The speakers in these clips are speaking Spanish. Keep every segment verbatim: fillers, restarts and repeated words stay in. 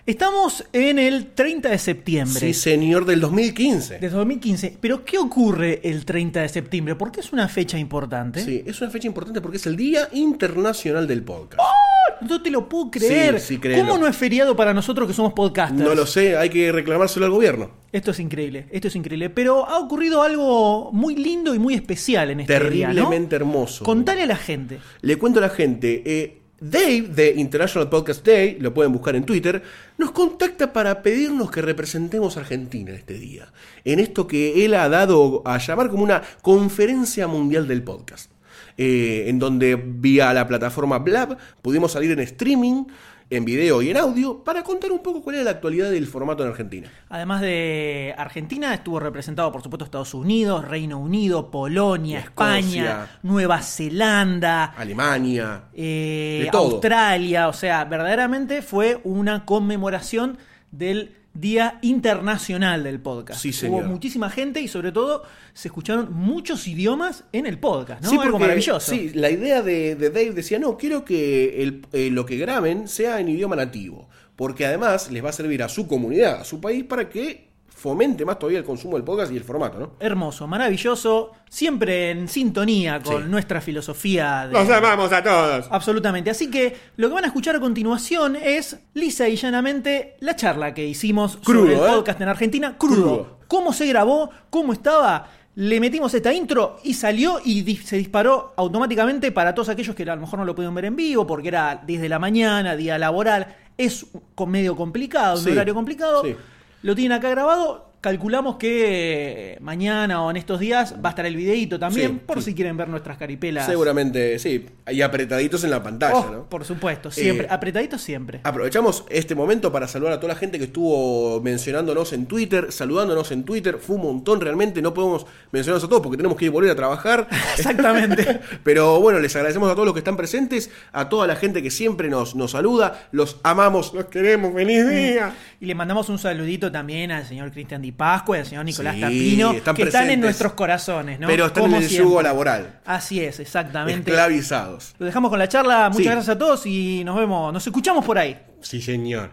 Estamos en el treinta de septiembre. Sí, señor, del dos mil quince. Del dos mil quince. Pero ¿qué ocurre el treinta de septiembre? ¿Por qué es una fecha importante? Sí, es una fecha importante porque es el Día Internacional del Podcast. ¡Oh! No te lo puedo creer. Sí, sí, créelo. ¿Cómo no es feriado para nosotros que somos podcasters? No lo sé, hay que reclamárselo al gobierno. Esto es increíble, esto es increíble. Pero ha ocurrido algo muy lindo y muy especial en este día, ¿no? Terriblemente hermoso. Contale a la gente. Le cuento a la gente, eh, Dave de International Podcast Day, lo pueden buscar en Twitter, nos contacta para pedirnos que representemos a Argentina en este día, en esto que él ha dado a llamar como una conferencia mundial del podcast, eh, en donde vía la plataforma Blab pudimos salir en streaming, en video y en audio, para contar un poco cuál es la actualidad del formato en Argentina. Además de Argentina, estuvo representado, por supuesto, Estados Unidos, Reino Unido, Polonia, Escocia, España, Nueva Zelanda, Alemania, eh, de todo. Australia. O sea, verdaderamente fue una conmemoración del Día Internacional del Podcast. Sí, señor. Hubo muchísima gente y, sobre todo, se escucharon muchos idiomas en el podcast, ¿no? Sí, Algo porque, maravilloso. Sí, la idea de, de Dave decía, no, quiero que el, eh, lo que graben sea en idioma nativo, porque además les va a servir a su comunidad, a su país, para que fomente más todavía el consumo del podcast y el formato, ¿no? Hermoso, maravilloso, siempre en sintonía con Sí. nuestra filosofía. De... ¡Los amamos a todos! Absolutamente. Así que lo que van a escuchar a continuación es, lisa y llanamente, la charla que hicimos Crudo, sobre el ¿eh? podcast en Argentina. Crudo. Crudo. ¿Cómo se grabó? ¿Cómo estaba? Le metimos esta intro y salió y di- se disparó automáticamente para todos aquellos que a lo mejor no lo pudieron ver en vivo porque era diez de la mañana, día laboral. Es con- medio complicado, un Sí, horario complicado. sí. Lo tienen acá grabado. Calculamos que mañana o en estos días va a estar el videíto también, Sí, por sí. si quieren ver nuestras caripelas. Seguramente, sí. Y apretaditos en la pantalla, Oh, ¿no? por supuesto, siempre. Eh, Apretaditos siempre. Aprovechamos este momento para saludar a toda la gente que estuvo mencionándonos en Twitter, saludándonos en Twitter. Fue un montón realmente, no podemos mencionarnos a todos porque tenemos que ir a volver a trabajar. Exactamente. Pero bueno, les agradecemos a todos los que están presentes, a toda la gente que siempre nos, nos saluda. Los amamos, los queremos, feliz día. Y le mandamos un saludito también al señor Cristian Di Pascua y al señor Nicolás Sí, Tapino, están que están en presentes. nuestros corazones, ¿no? Pero están Como en el siempre. yugo laboral, Así es, exactamente. esclavizados. Lo dejamos con la charla. Muchas Sí. gracias a todos y nos vemos, nos escuchamos por ahí. Sí, señor.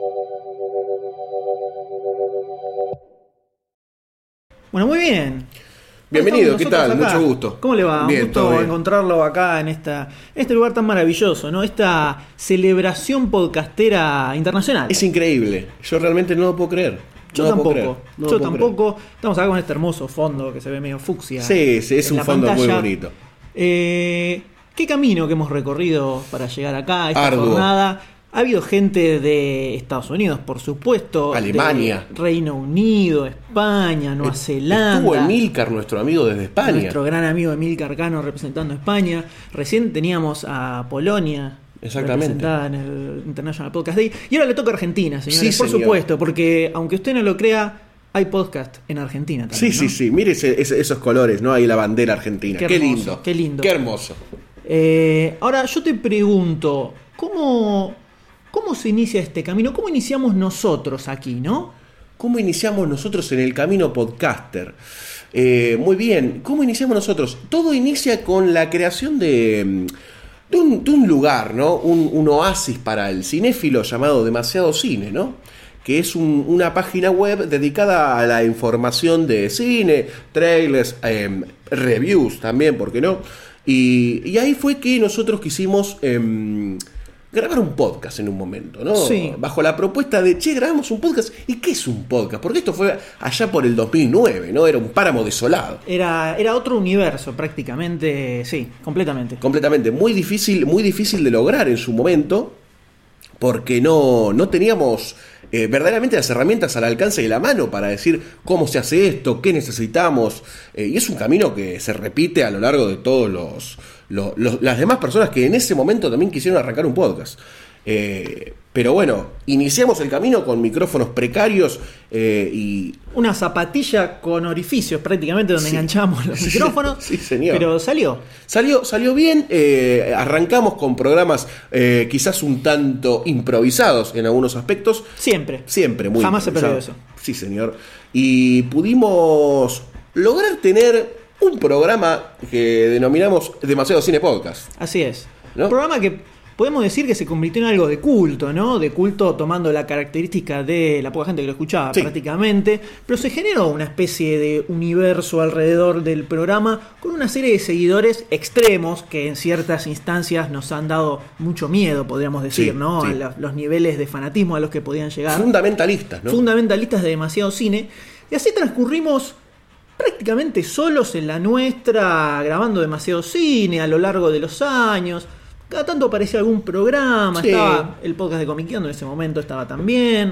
Bueno, muy bien. Bienvenido, Estamos ¿qué tal? nosotros acá. Mucho gusto. ¿Cómo le va? Bien, Un gusto todo bien. encontrarlo acá en esta, este lugar tan maravilloso, ¿no? Esta celebración podcastera internacional. Es increíble. Yo realmente no lo puedo creer. Yo No lo puedo tampoco, creer. No lo yo puedo tampoco. Estamos acá con este hermoso fondo que se ve medio fucsia. Sí, sí, es en un la fondo muy pantalla. bonito. Eh, ¿Qué camino que hemos recorrido para llegar acá a esta Arduo. jornada? Ha habido gente de Estados Unidos, por supuesto. Alemania. de Reino Unido, España, Nueva Zelanda. Estuvo Emilcar, nuestro amigo desde España. Nuestro gran amigo Emilcar Cano representando a España. Recién teníamos a Polonia. Exactamente. Representada en el International Podcast Day. Y ahora le toca a Argentina, señores. Sí, por señor. supuesto, porque aunque usted no lo crea, hay podcast en Argentina también. Sí, sí, ¿no? sí. Mire ese- ese- esos colores, ¿no? Ahí la bandera argentina. Qué Qué, hermoso, lindo. qué lindo. Qué hermoso. Eh, ahora yo te pregunto, ¿cómo, ¿cómo se inicia este camino? ¿Cómo iniciamos nosotros aquí, no? ¿Cómo iniciamos nosotros en el camino podcaster? Eh, muy bien. ¿Cómo iniciamos nosotros? Todo inicia con la creación de, de, un, de un lugar, ¿no? Un, un oasis para el cinéfilo llamado Demasiado Cine, ¿no? Que es un- una página web dedicada a la información de cine, trailers, eh, reviews también, ¿por qué no? Y, y ahí fue que nosotros quisimos em, grabar un podcast en un momento, ¿no? Sí. Bajo la propuesta de, che, grabamos un podcast. ¿Y qué es un podcast? Porque esto fue allá por el dos mil nueve, ¿no? Era un páramo desolado. Era, era otro universo prácticamente, sí, completamente. Completamente, muy difícil, muy difícil de lograr en su momento, porque no, no teníamos eh, verdaderamente las herramientas al alcance de la mano para decir cómo se hace esto, qué necesitamos, eh, y es un camino que se repite a lo largo de todos los, los- los- las demás personas que en ese momento también quisieron arrancar un podcast. Eh, pero bueno, iniciamos el camino con micrófonos precarios eh, y Una zapatilla con orificios prácticamente donde Sí. enganchamos los Sí, micrófonos. sí, señor. Pero salió. Salió, salió bien, eh, arrancamos con programas eh, quizás un tanto improvisados en algunos aspectos, Siempre. siempre muy Jamás se perdió improvisados. Sí, señor. Y pudimos lograr tener un programa que denominamos Demasiado Cine Podcast. Así es. ¿No? Un programa que podemos decir que se convirtió en algo de culto, ¿no? De culto tomando la característica de la poca gente que lo escuchaba Sí. prácticamente, pero se generó una especie de universo alrededor del programa con una serie de seguidores extremos que en ciertas instancias nos han dado mucho miedo, podríamos decir, Sí, ¿no? sí. A la- los niveles de fanatismo a los que podían llegar. Fundamentalistas, ¿no? Fundamentalistas de demasiado cine. Y así transcurrimos prácticamente solos en la nuestra, grabando demasiado cine a lo largo de los años. Cada tanto aparecía algún programa, Sí. estaba el podcast de Comiqueando en ese momento, estaba también.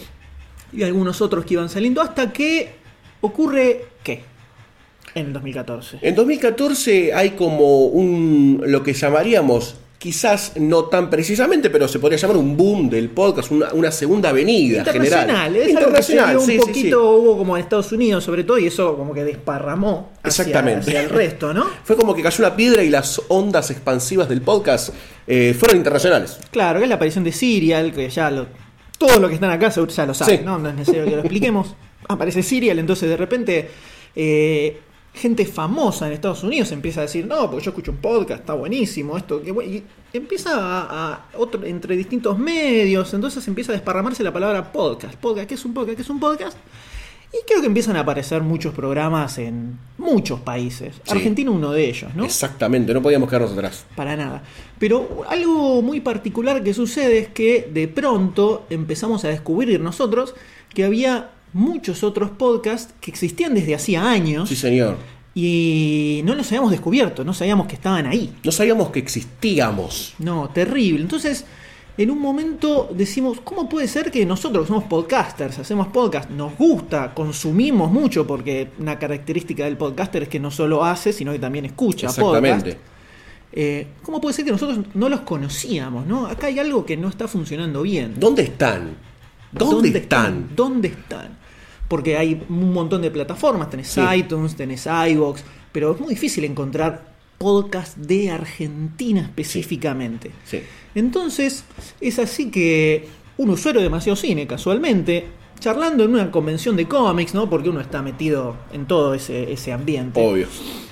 Y algunos otros que iban saliendo, hasta que ocurre, ¿qué? En el dos mil catorce. En dos mil catorce hay como un, lo que llamaríamos, quizás no tan precisamente, pero se podría llamar un boom del podcast, una, una segunda avenida Internacional, general. es algo que se dio un sí, sí, poquito, sí. hubo como en Estados Unidos sobre todo, y eso como que desparramó hacia, Exactamente. hacia el resto, ¿no? Fue como que cayó una piedra y las ondas expansivas del podcast eh, fueron internacionales. Claro, que es la aparición de Serial, que ya lo, todos los que están acá seguro ya lo saben, Sí. ¿no? No es necesario que lo expliquemos. Aparece Serial, entonces de repente eh, gente famosa en Estados Unidos empieza a decir, no, porque yo escucho un podcast, está buenísimo, esto, que bueno, y empieza a, a otro, entre distintos medios, entonces empieza a desparramarse la palabra podcast. Podcast, ¿qué es un podcast? ¿Qué es un podcast? Y creo que empiezan a aparecer muchos programas en muchos países. Sí. Argentina uno de ellos, ¿no? Exactamente, no podíamos quedarnos atrás. Para nada. Pero algo muy particular que sucede es que de pronto empezamos a descubrir nosotros que había muchos otros podcasts que existían desde hacía años Sí, señor. y no los habíamos descubierto, no sabíamos que estaban ahí. No sabíamos que existíamos. No, terrible. Entonces, en un momento decimos, ¿cómo puede ser que nosotros que somos podcasters, hacemos podcast, nos gusta, consumimos mucho, porque una característica del podcaster es que no solo hace, sino que también escucha podcast? Exactamente. Eh, ¿Cómo puede ser que nosotros no los conocíamos, no? Acá hay algo que no está funcionando bien. ¿Dónde están? ¿Dónde, están? ¿Dónde están? Porque hay un montón de plataformas, tenés Sí. iTunes, tenés iVoox, pero es muy difícil encontrar podcast de Argentina específicamente. Sí. Entonces, es así que un usuario de Demasiado Cine, casualmente, charlando en una convención de cómics, ¿no? Porque uno está metido en todo ese, ese ambiente. Obvio.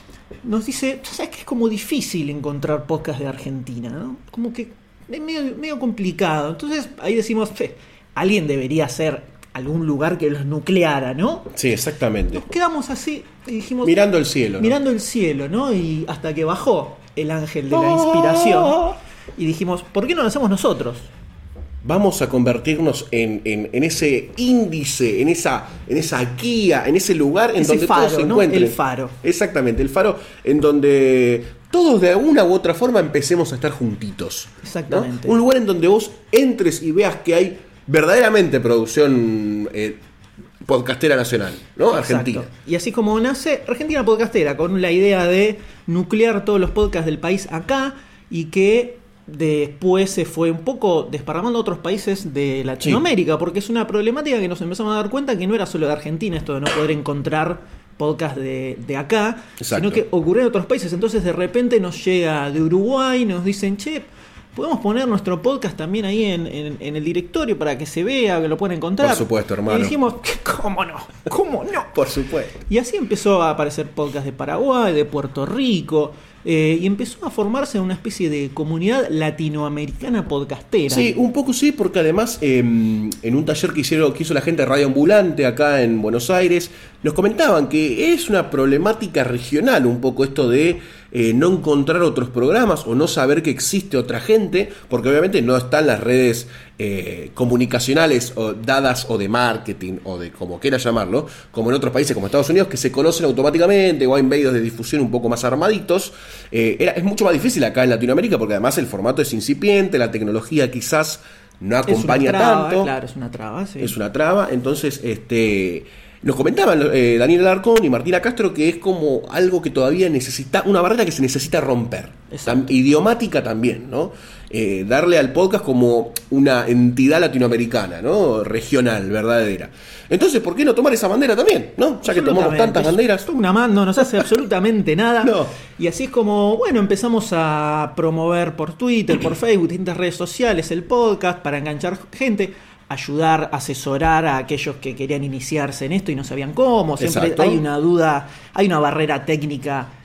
Nos dice, ¿sabes que es como difícil encontrar podcast de Argentina, ¿no? Como que es medio, medio complicado. Entonces ahí decimos, fe, alguien debería ser algún lugar que los nucleara, ¿no? Sí, exactamente. Nos quedamos así y dijimos, Mirando el cielo, ¿no? mirando el cielo, ¿no? Y hasta que bajó el ángel de la inspiración y dijimos, ¿por qué no lo hacemos nosotros? Vamos a convertirnos en, en, en ese índice, en esa, en esa guía, en ese lugar en Ese donde faro, todos se ¿no? encuentren. El faro. Exactamente, el faro en donde todos de alguna u otra forma empecemos a estar juntitos. ¿no? Exactamente. Un lugar en donde vos entres y veas que hay verdaderamente producción eh, podcastera nacional, ¿no? Exacto. Argentina. Y así como nace Argentina Podcastera, con la idea de nuclear todos los podcasts del país acá y que después se fue un poco desparramando a otros países de Latinoamérica, porque es una problemática que nos empezamos a dar cuenta que no era solo de Argentina esto de no poder encontrar podcast de, de acá, Exacto. sino que ocurrió en otros países. Entonces de repente nos llega de Uruguay, nos dicen, che, podemos poner nuestro podcast también ahí en, en, en el directorio para que se vea, que lo puedan encontrar. Por supuesto, hermano. Y dijimos, ¿cómo no? ¿Cómo no? Por supuesto. Y así empezó a aparecer podcast de Paraguay, de Puerto Rico, eh, y empezó a formarse una especie de comunidad latinoamericana podcastera. Sí, un poco sí, porque además eh, en un taller que, hicieron, que hizo la gente de Radio Ambulante acá en Buenos Aires, nos comentaban que es una problemática regional un poco esto de eh, no encontrar otros programas o no saber que existe otra gente, porque obviamente no están las redes eh, comunicacionales o dadas o de marketing o de como quieras llamarlo, como en otros países como Estados Unidos, que se conocen automáticamente o hay medios de difusión un poco más armaditos. Eh, era, es mucho más difícil acá en Latinoamérica porque además el formato es incipiente, la tecnología quizás no Es una acompaña traba, tanto. claro, es una traba, sí. Es una traba, entonces este nos comentaban eh, Daniel Alarcón y Martina Castro que es como algo que todavía necesita, una barrera que se necesita romper. Exacto. Tam- idiomática también, ¿no? Eh, darle al podcast como una entidad latinoamericana, ¿no? Regional, verdadera. Entonces, ¿por qué no tomar esa bandera también, ¿no? Ya que tomamos Absolutamente. tantas banderas. Una mano no nos hace absolutamente nada. No. Y así es como, bueno, empezamos a promover por Twitter, por Facebook, distintas redes sociales el podcast para enganchar gente, ayudar, asesorar a aquellos que querían iniciarse en esto y no sabían cómo. Siempre Exacto. hay una duda, hay una barrera técnica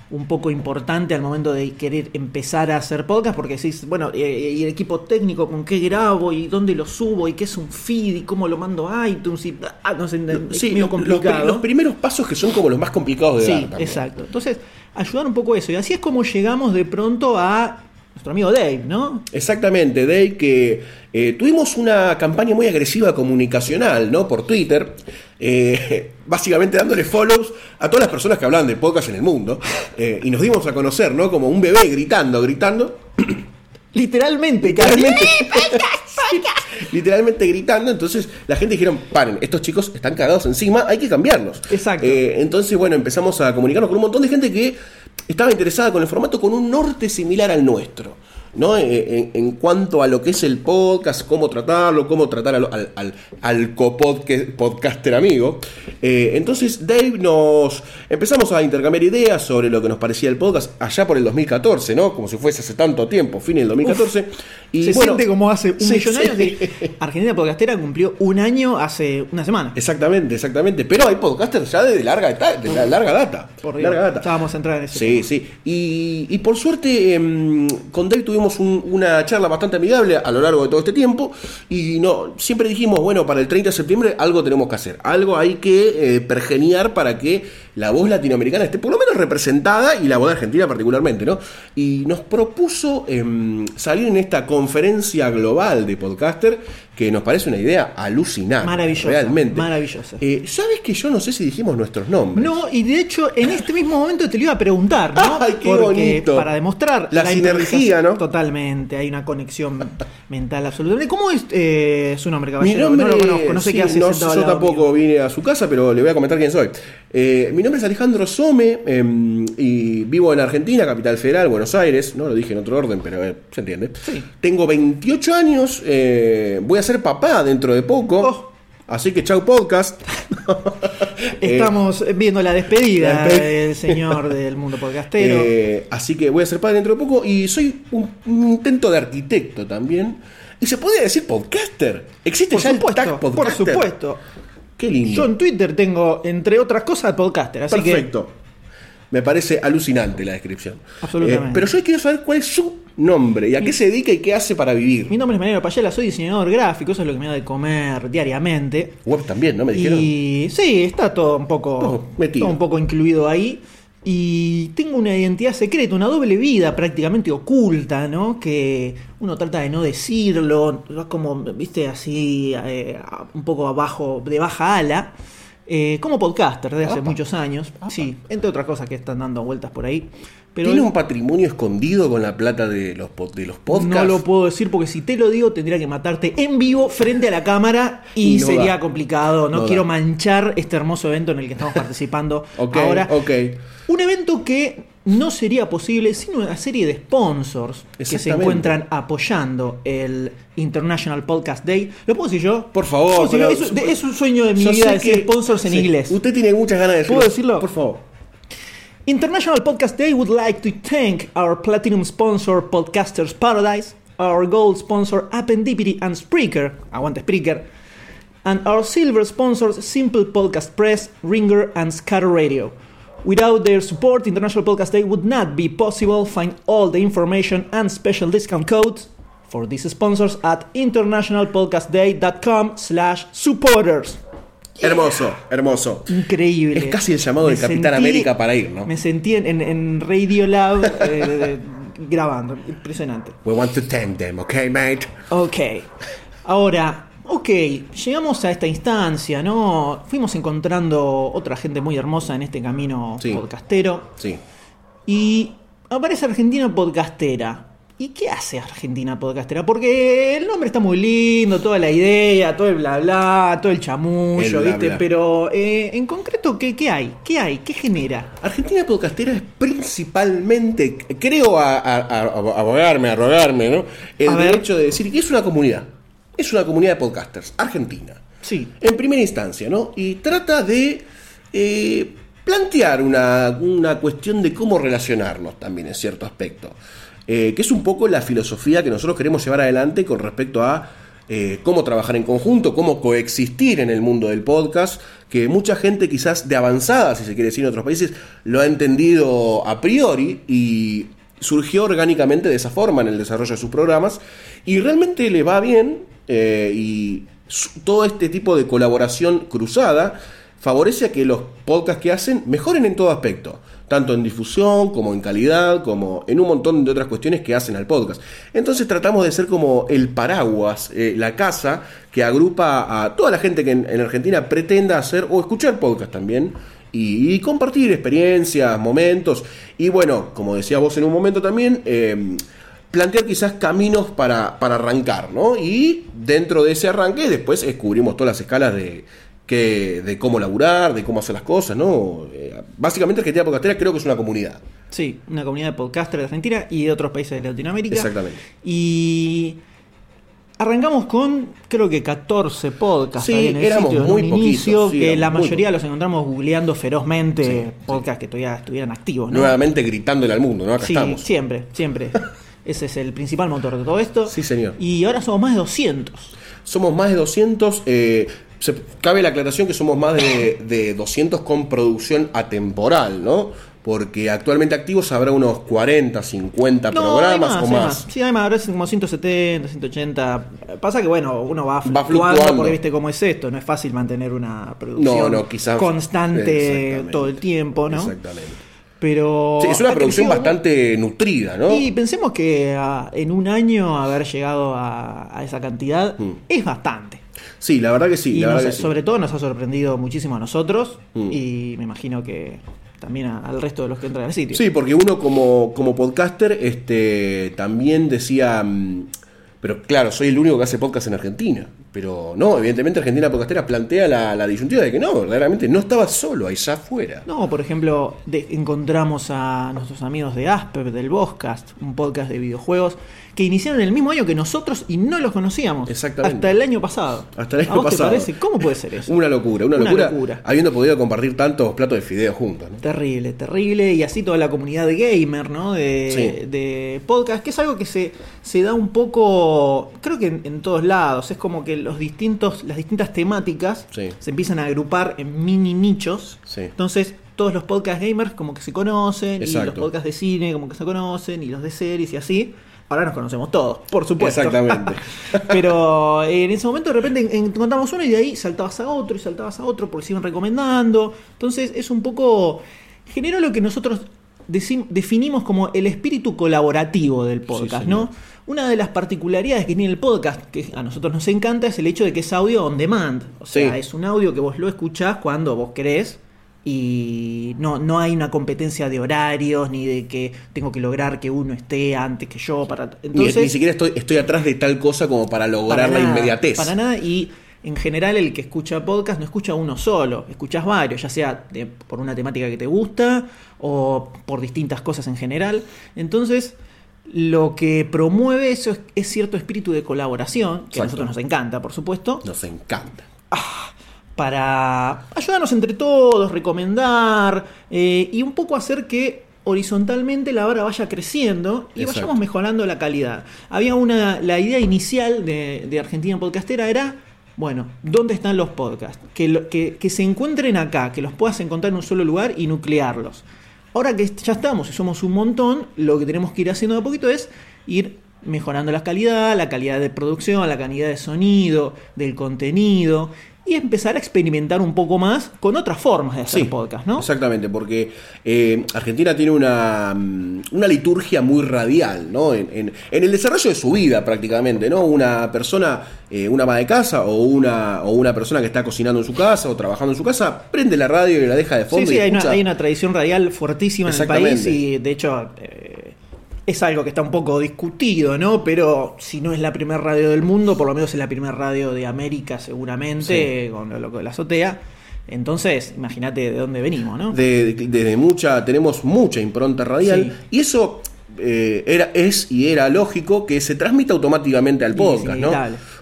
un poco importante al momento de querer empezar a hacer podcast, porque decís, bueno, eh, y el equipo técnico, ¿con qué grabo? ¿Y dónde lo subo? ¿Y qué es un feed? ¿Y cómo lo mando a iTunes? Y, ah, no sé, es sí, medio los, complicado. los primeros pasos que son como los más complicados de sí, dar también. Exacto. Entonces, ayudar un poco eso. Y así es como llegamos de pronto a nuestro amigo Dave, ¿no? Exactamente, Dave, que eh, tuvimos una campaña muy agresiva comunicacional, ¿no? Por Twitter, eh, básicamente dándole follows a todas las personas que hablaban de podcast en el mundo, eh, y nos dimos a conocer, ¿no? Como un bebé gritando, gritando. Literalmente, Literalmente. Literalmente gritando. Entonces la gente dijeron, paren, estos chicos están cagados encima, hay que cambiarlos. Exacto. Eh, entonces, bueno, empezamos a comunicarnos con un montón de gente que estaba interesada con el formato, con un norte similar al nuestro, ¿no? En, en cuanto a lo que es el podcast, cómo tratarlo, cómo tratar al, al, al, al copodcaster amigo. Eh, entonces Dave nos empezamos a intercambiar ideas sobre lo que nos parecía el podcast allá por el dos mil catorce, ¿no? Como si fuese hace tanto tiempo, fin del dos mil catorce. Uf, y se bueno, siente como hace un sí, millón de sí. años que Argentina Podcastera cumplió un año hace una semana. Exactamente, exactamente. Pero hay podcasters ya de larga, de la larga data. Por Dios, larga data. estábamos a entrar en eso. Sí, sí. Y, y por suerte, eh, con Dave tuvimos un, una charla bastante amigable a lo largo de todo este tiempo. Y no, siempre dijimos, bueno, para el treinta de septiembre algo tenemos que hacer. Algo hay que eh, pergeniar para que la voz latinoamericana esté por lo menos representada, y la voz de Argentina particularmente, ¿no? Y nos propuso eh, salir en esta conferencia global de podcaster, que nos parece una idea alucinante. Maravillosa. Realmente. Maravillosa. Eh, ¿Sabes que yo no sé si dijimos nuestros nombres? No, y de hecho, en este mismo momento te lo iba a preguntar, ¿no? ¡Ay, qué Porque bonito! para demostrar La sinergia, improvisación- ¿no? Totalmente, hay una conexión mental absolutamente. ¿Cómo es eh, su nombre, caballero? Mi nombre, no lo conozco, no sé sí, qué hace no, sentado yo al lado tampoco mío. vine a su casa, pero le voy a comentar quién soy. Eh, mi nombre es Alejandro Some, eh, y vivo en Argentina, Capital Federal, Buenos Aires. No lo dije en otro orden, pero eh, se entiende. Sí. Tengo veintiocho años, eh, voy a ser papá dentro de poco. Oh. Así que chau podcast. Estamos viendo la despedida la despe- del señor del mundo podcastero. Eh, así que voy a ser padre dentro de poco, y soy un, un intento de arquitecto también. Y se podría decir podcaster. ¿Existe por ya supuesto, el tag por podcaster? supuesto. Qué lindo. Yo en Twitter tengo, entre otras cosas, podcaster, así Perfecto. Me parece alucinante la descripción. Absolutamente. Eh, pero yo quiero saber cuál es su nombre y a qué se dedica y qué hace para que vivir. mi nombre es Mariano Payela, soy diseñador gráfico, eso es lo que me da de comer diariamente. Web también, ¿no? Me dijeron. Y sí, está todo un poco, Todo metido. todo un poco incluido ahí. Y tengo una identidad secreta, una doble vida prácticamente oculta, ¿no? Que uno trata de no decirlo, como, viste, así, eh, un poco abajo, de baja ala. Eh, como podcaster desde hace Apa. muchos años. Apa. Sí, entre otras cosas que están dando vueltas por ahí. Pero ¿Tiene un patrimonio escondido con la plata de los, po- de los podcasts? no lo puedo decir porque si te lo digo tendría que matarte en vivo frente a la cámara y, Y no sería da. complicado. No, No quiero da. manchar este hermoso evento en el que estamos participando Ok, ahora. ok. Un evento que no sería posible sin una serie de sponsors que se Exactamente. encuentran apoyando el International Podcast Day. ¿Lo puedo decir yo? Por favor, ¿Puedo decirlo? pero- es, de- es un sueño de mi Yo vida sé decir que- sponsors en sí. inglés. Usted tiene muchas ganas de decirlo. ¿Puedo decirlo? Por favor. International Podcast Day would like to thank our platinum sponsor Podcasters Paradise, our gold sponsor Appendipity and Spreaker, aguante Spreaker, and our silver sponsors Simple Podcast Press, Ringer and Scatter Radio. Without their support, International Podcast Day would not be possible. Find all the information and special discount codes for these sponsors at internationalpodcastday.com slash supporters. Hermoso, hermoso. Increíble. Es casi el llamado Me de Capitán sentí- América para ir, ¿no? Me sentí en, en, en Radio Lab eh, de- grabando. Impresionante. We want to thank them, okay, mate? Ok. Ahora, ok, llegamos a esta instancia, ¿no? Fuimos encontrando otra gente muy hermosa en este camino Sí. podcastero. Sí. Y aparece Argentina Podcastera. ¿Y qué hace Argentina Podcastera? Porque el nombre está muy lindo, toda la idea, todo el bla bla, todo el chamullo, El bla, ¿viste? bla. Pero eh, en concreto, ¿qué, ¿qué hay? ¿Qué hay? ¿Qué genera? Argentina Podcastera es principalmente, creo a, a, a- a abogarme, a rogarme, ¿no? El A ver. derecho de decir que es una comunidad. Es una comunidad de podcasters, argentina. Sí. En primera instancia, ¿no? Y trata de eh, plantear una, una cuestión de cómo relacionarnos también en cierto aspecto. Eh, que es un poco la filosofía que nosotros queremos llevar adelante con respecto a eh, cómo trabajar en conjunto, cómo coexistir en el mundo del podcast, que mucha gente quizás de avanzada, si se quiere decir en otros países, lo ha entendido a priori y surgió orgánicamente de esa forma en el desarrollo de sus programas y realmente le va bien eh, y su, todo este tipo de colaboración cruzada favorece a que los podcasts que hacen mejoren en todo aspecto, tanto en difusión, como en calidad, como en un montón de otras cuestiones que hacen al podcast. Entonces tratamos de ser como el paraguas, eh, la casa que agrupa a toda la gente que en, en Argentina pretenda hacer o escuchar podcast también, y, y compartir experiencias, momentos, y bueno, como decía vos en un momento también, eh, plantear quizás caminos para, para arrancar, ¿no? Y dentro de ese arranque después descubrimos todas las escalas de... Que, de cómo laburar, de cómo hacer las cosas, ¿no? Eh, básicamente Argentina Podcastera creo que es una comunidad. Sí, una comunidad de podcasters de Argentina y de otros países de Latinoamérica. Exactamente. Y arrancamos con, creo que catorce podcasts. Sí, ahí en el éramos sitio, muy en un poquitos, inicio, sí, que éramos la muy mayoría poquitos. los encontramos googleando ferozmente, Sí, podcasts sí. que todavía estuvieran activos, ¿no? Nuevamente gritándole al mundo, ¿no? Acá Sí, estamos. siempre, siempre. Ese es el principal motor de todo esto. Sí, señor. Y ahora somos más de doscientos. Somos más de doscientos. Eh, se, cabe la aclaración que somos más de, de doscientos con producción atemporal, ¿no? Porque actualmente activos habrá unos cuarenta, cincuenta No, programas hay o hay más. Sí, además, ahora es como ciento setenta, ciento ochenta. Pasa que, bueno, uno va, Va fluctuando, fluctuando. porque viste cómo es esto. No es fácil mantener una producción No, no, quizás- constante Exactamente. todo el tiempo, ¿no? Exactamente. Pero Sí, es una ha producción crecido bastante nutrida, ¿no? Y pensemos que ah, en un año haber llegado a, a esa cantidad Mm. es bastante. Sí, la verdad que sí. y la nos- verdad que sí. sobre todo nos ha sorprendido muchísimo a nosotros Mm. y me imagino que también a- al resto de los que entran al sitio. Sí, porque uno como, como podcaster este, también decía, mm, pero claro, soy el único que hace podcast en Argentina. Pero no, evidentemente Argentina Podcastera plantea la, la disyuntiva de que no, verdaderamente no estaba solo allá afuera. No, por ejemplo, de- encontramos a nuestros amigos de Asper, del Vozcast, un podcast de videojuegos, que iniciaron el mismo año que nosotros y no los conocíamos. Exactamente. Hasta el año pasado. Hasta el año ¿A vos pasado. te parece? ¿Cómo puede ser eso? Una locura, una, Una locura, locura. habiendo podido compartir tantos platos de fideo juntos, ¿no? Terrible, terrible. Y así toda la comunidad de gamer, ¿no? De, Sí. de podcast, que es algo que se, se da un poco, creo que en, en todos lados. Es como que los distintos, las distintas temáticas Sí. se empiezan a agrupar en mini nichos. Sí. Entonces, todos los podcast gamers como que se conocen, y Exacto. los podcasts de cine como que se conocen, y los de series y así. Ahora nos conocemos todos, por supuesto. Exactamente. Pero eh, en ese momento de repente en- encontramos uno y de ahí saltabas a otro y saltabas a otro porque se iban recomendando. Entonces es un poco... Generó lo que nosotros decim- definimos como el espíritu colaborativo del podcast, Sí, ¿no? señor. Una de las particularidades que tiene el podcast, que a nosotros nos encanta, es el hecho de que es audio on demand. O sea, Sí. es un audio que vos lo escuchás cuando vos querés. Y no, no hay una competencia de horarios ni de que tengo que lograr que uno esté antes que yo para Ni- entonces ni, siquiera estoy, estoy atrás de tal cosa como para lograr para la nada, inmediatez. para nada. Y en general el que escucha podcast no escucha uno solo, escuchas varios, ya sea de- por una temática que te gusta o por distintas cosas en general. Entonces lo que promueve eso es, es cierto espíritu de colaboración, que a Exacto. nosotros nos encanta, por supuesto, Nos encanta. para ayudarnos entre todos, recomendar eh, y un poco hacer que horizontalmente la vara vaya creciendo y Exacto. vayamos mejorando la calidad. Había una, la idea inicial de, de Argentina Podcastera era, bueno, ¿dónde están los podcasts? Que, lo- que, que se encuentren acá, que los puedas encontrar en un solo lugar y nuclearlos. Ahora que ya estamos y somos un montón, lo que tenemos que ir haciendo de a poquito es ir mejorando la calidad, la calidad de producción, la calidad de sonido, del contenido, y empezar a experimentar un poco más con otras formas de hacer Sí, podcast, ¿no? Exactamente, porque eh, Argentina tiene una, mm, una liturgia muy radial, ¿no? En, en- en el desarrollo de su vida prácticamente, ¿no? Una persona, eh, una ama de casa o una, o una persona que está cocinando en su casa o trabajando en su casa, prende la radio y la deja de Sí, fondo sí, y hay una, escucha. hay una tradición radial fuertísima en el Exactamente. país y de hecho eh, es algo que está un poco discutido, ¿no? Pero si no es la primera radio del mundo, por lo menos es la primera radio de América seguramente, Sí. con lo, lo de la azotea. Entonces, imagínate de dónde venimos, ¿no? De, de- desde mucha, tenemos mucha impronta radial Sí. y eso eh, era, es y era lógico que se transmita automáticamente al Y es podcast, ¿no? inevitable.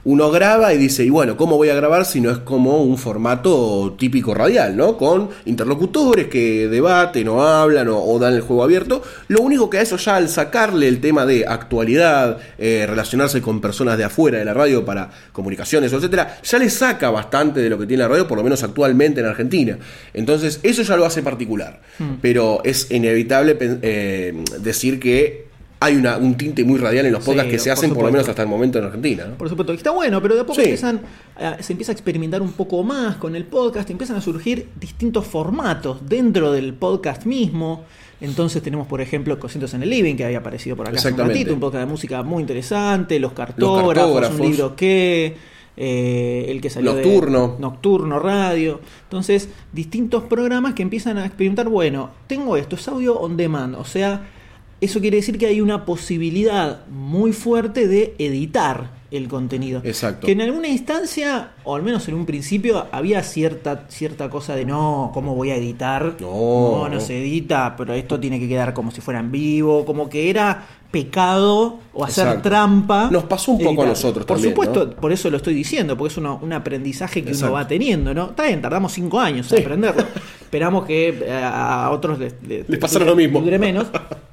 uno graba y dice, y bueno, ¿cómo voy a grabar si no es como un formato típico radial, ¿no? Con interlocutores que debaten o hablan o, o dan el juego abierto. Lo único que a eso ya al sacarle el tema de actualidad, eh, relacionarse con personas de afuera de la radio para comunicaciones, etcétera, ya le saca bastante de lo que tiene la radio, por lo menos actualmente en Argentina. Entonces, eso ya lo hace particular. Mm. Pero es inevitable eh, decir que hay una, un tinte muy radial en los podcasts, sí, que se hacen por, por lo menos hasta el momento en Argentina, ¿no? Por supuesto, que está bueno, pero de a poco sí. empiezan, a, se empieza a experimentar un poco más con el podcast, empiezan a surgir distintos formatos dentro del podcast mismo. Entonces tenemos, por ejemplo, Cositos en el Living, que había aparecido por acá hace un ratito, un podcast de música muy interesante, Los Cartógrafos, los cartógrafos. Un libro que... Eh, el que salió Nocturno. de Nocturno Radio. Entonces, distintos programas que empiezan a experimentar, bueno, tengo esto, es audio on demand, o sea, eso quiere decir que hay una posibilidad muy fuerte de editar el contenido. Exacto. Que en alguna instancia, o al menos en un principio, había cierta, cierta cosa de no, ¿cómo voy a editar? No, no, no se edita, pero esto tiene que quedar como si fuera en vivo, como que era pecado o hacer Exacto. trampa. Nos pasó un poco editar. A nosotros por también. Por supuesto, ¿no? Por eso lo estoy diciendo, porque es uno, un aprendizaje que Exacto. uno va teniendo, ¿no? Está bien, tardamos cinco años sí. en aprenderlo. Esperamos que a otros les, les, les pasara lo mismo. Dure menos.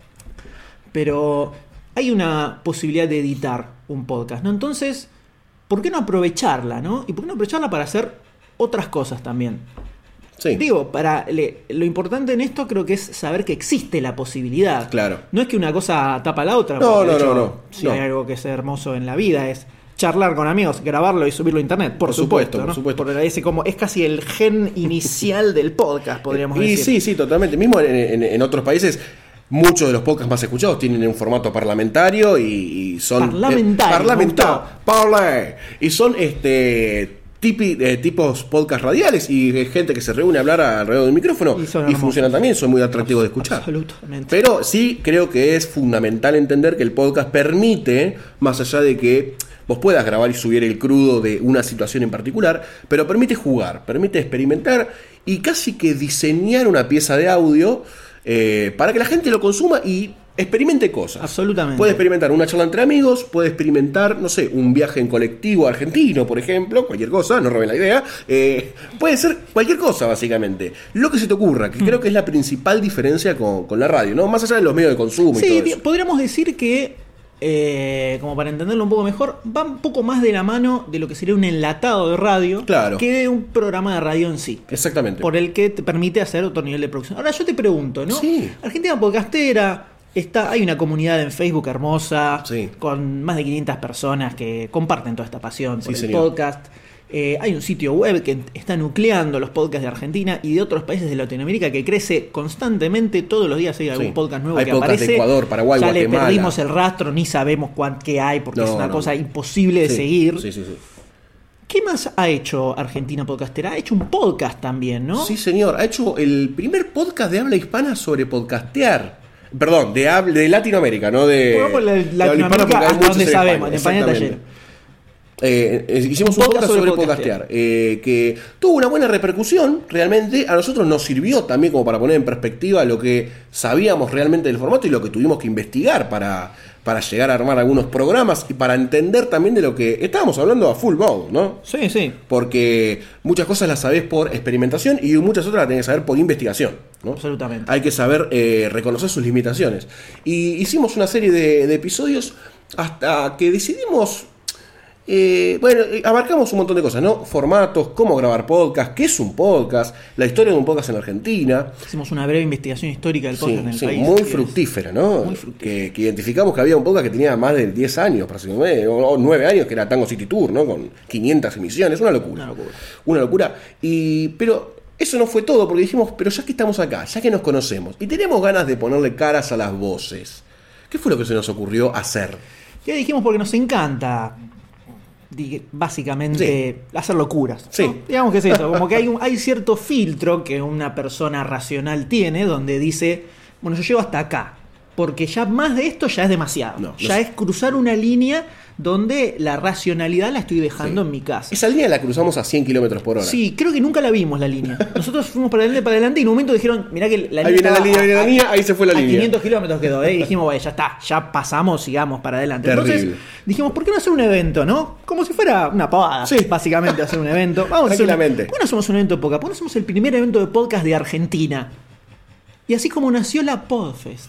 Pero hay una posibilidad de editar un podcast, ¿no? Entonces, ¿por qué no aprovecharla, no? Y ¿por qué no aprovecharla para hacer otras cosas también? Sí. Digo, para le, lo importante en esto creo que es saber que existe la posibilidad. Claro. No es que una cosa tapa la otra. No, porque, no, de hecho, no, no. Si no. hay algo que es hermoso en la vida es charlar con amigos, grabarlo y subirlo a internet, por, por supuesto, supuesto, ¿no? por supuesto. Por ese como, es casi el gen inicial del podcast, podríamos y decir. Sí, sí, totalmente. Mismo en, en, en otros países, muchos de los podcasts más escuchados tienen un formato parlamentario y, y son... Parlamentario. Eh, parlamentario. Parle. Y son este... Tipi, eh, tipos podcast radiales y eh, gente que se reúne a hablar alrededor del micrófono y, y funcionan también, son muy atractivos de escuchar. Absolutamente. Pero sí creo que es fundamental entender que el podcast permite, más allá de que vos puedas grabar y subir el crudo de una situación en particular, pero permite jugar, permite experimentar y casi que diseñar una pieza de audio eh, para que la gente lo consuma y experimente cosas. Absolutamente. Puede experimentar una charla entre amigos, puede experimentar, no sé, un viaje en colectivo argentino, por ejemplo, cualquier cosa, no roben la idea. Eh, puede ser cualquier cosa, básicamente. Lo que se te ocurra, que mm. creo que es la principal diferencia con, con la radio, ¿no? Más allá de los medios de consumo sí, y todo eso. Podríamos decir que, eh, como para entenderlo un poco mejor, va un poco más de la mano de lo que sería un enlatado de radio, claro, que de un programa de radio en sí. Exactamente. Por el que te permite hacer otro nivel de producción. Ahora yo te pregunto, ¿no? Sí. Argentina Podcastera... Está, hay una comunidad en Facebook hermosa, sí, con más de quinientas personas que comparten toda esta pasión por sí, el señor. podcast. Eh, hay un sitio web que está nucleando los podcasts de Argentina y de otros países de Latinoamérica que crece constantemente. Todos los días hay algún sí. podcast nuevo hay que podcast aparece. De Ecuador, Paraguay, ya Guatemala. le perdimos el rastro, ni sabemos cuán, qué hay, porque no, es una no, cosa no. imposible de sí, seguir. Sí, sí, sí. ¿Qué más ha hecho Argentina Podcastera? Ha hecho un podcast también, ¿no? Sí, señor. Ha hecho el primer podcast de habla hispana sobre podcastear. Perdón, de, habla, de Latinoamérica, no de, Pongamos la, de Latinoamérica hasta donde sabemos, en España taller. Eh, eh, hicimos un, un podcast, podcast sobre podcastear, podcastear eh, que tuvo una buena repercusión. Realmente a nosotros nos sirvió también como para poner en perspectiva lo que sabíamos realmente del formato y lo que tuvimos que investigar para, para llegar a armar algunos programas y para entender también de lo que estábamos hablando a full bow, ¿no? Sí, sí. Porque muchas cosas las sabés por experimentación y muchas otras las tenés que saber por investigación, ¿no? Absolutamente. Hay que saber eh, reconocer sus limitaciones. Y hicimos una serie de, de episodios hasta que decidimos... Eh, bueno, abarcamos un montón de cosas, ¿no? Formatos, cómo grabar podcast, qué es un podcast, la historia de un podcast en Argentina. Hicimos una breve investigación histórica del podcast sí, en el sí, país. muy fructífera, ¿no? Muy fructífera. Que, que identificamos que había un podcast que tenía más de diez años, prácticamente, o, o nueve años, que era Tango City Tour, ¿no? Con quinientas emisiones, una locura. Una locura. Una locura. Y, pero eso no fue todo, porque dijimos, pero ya que estamos acá, ya que nos conocemos, y tenemos ganas de ponerle caras a las voces, ¿qué fue lo que se nos ocurrió hacer? Ya dijimos porque nos encanta... básicamente sí. hacer locuras, sí. ¿no? Digamos que es eso, como que hay, un, hay cierto filtro que una persona racional tiene donde dice, bueno, yo llego hasta acá, porque ya más de esto ya es demasiado. No, no ya sé. es cruzar una línea donde la racionalidad la estoy dejando Sí. en mi casa. Esa línea la cruzamos a cien kilómetros por hora. Sí, creo que nunca la vimos la línea. Nosotros fuimos para adelante, para adelante y en un momento dijeron, mirá que la Ahí viene la estaba línea, a- viene la a- línea, ahí se fue la a línea. quinientos kilómetros quedó, ¿eh? Y dijimos, bueno, ya está, ya pasamos, sigamos para adelante. Terrible. Entonces dijimos, ¿por qué no hacer un evento, no? Como si fuera una pavada, Sí. básicamente hacer un evento. Vamos a hacer un- Tranquilamente. ¿Por qué no hacemos un evento de podcast? ¿Por qué no hacemos el primer evento de podcast de Argentina? Y así como nació la Podfest.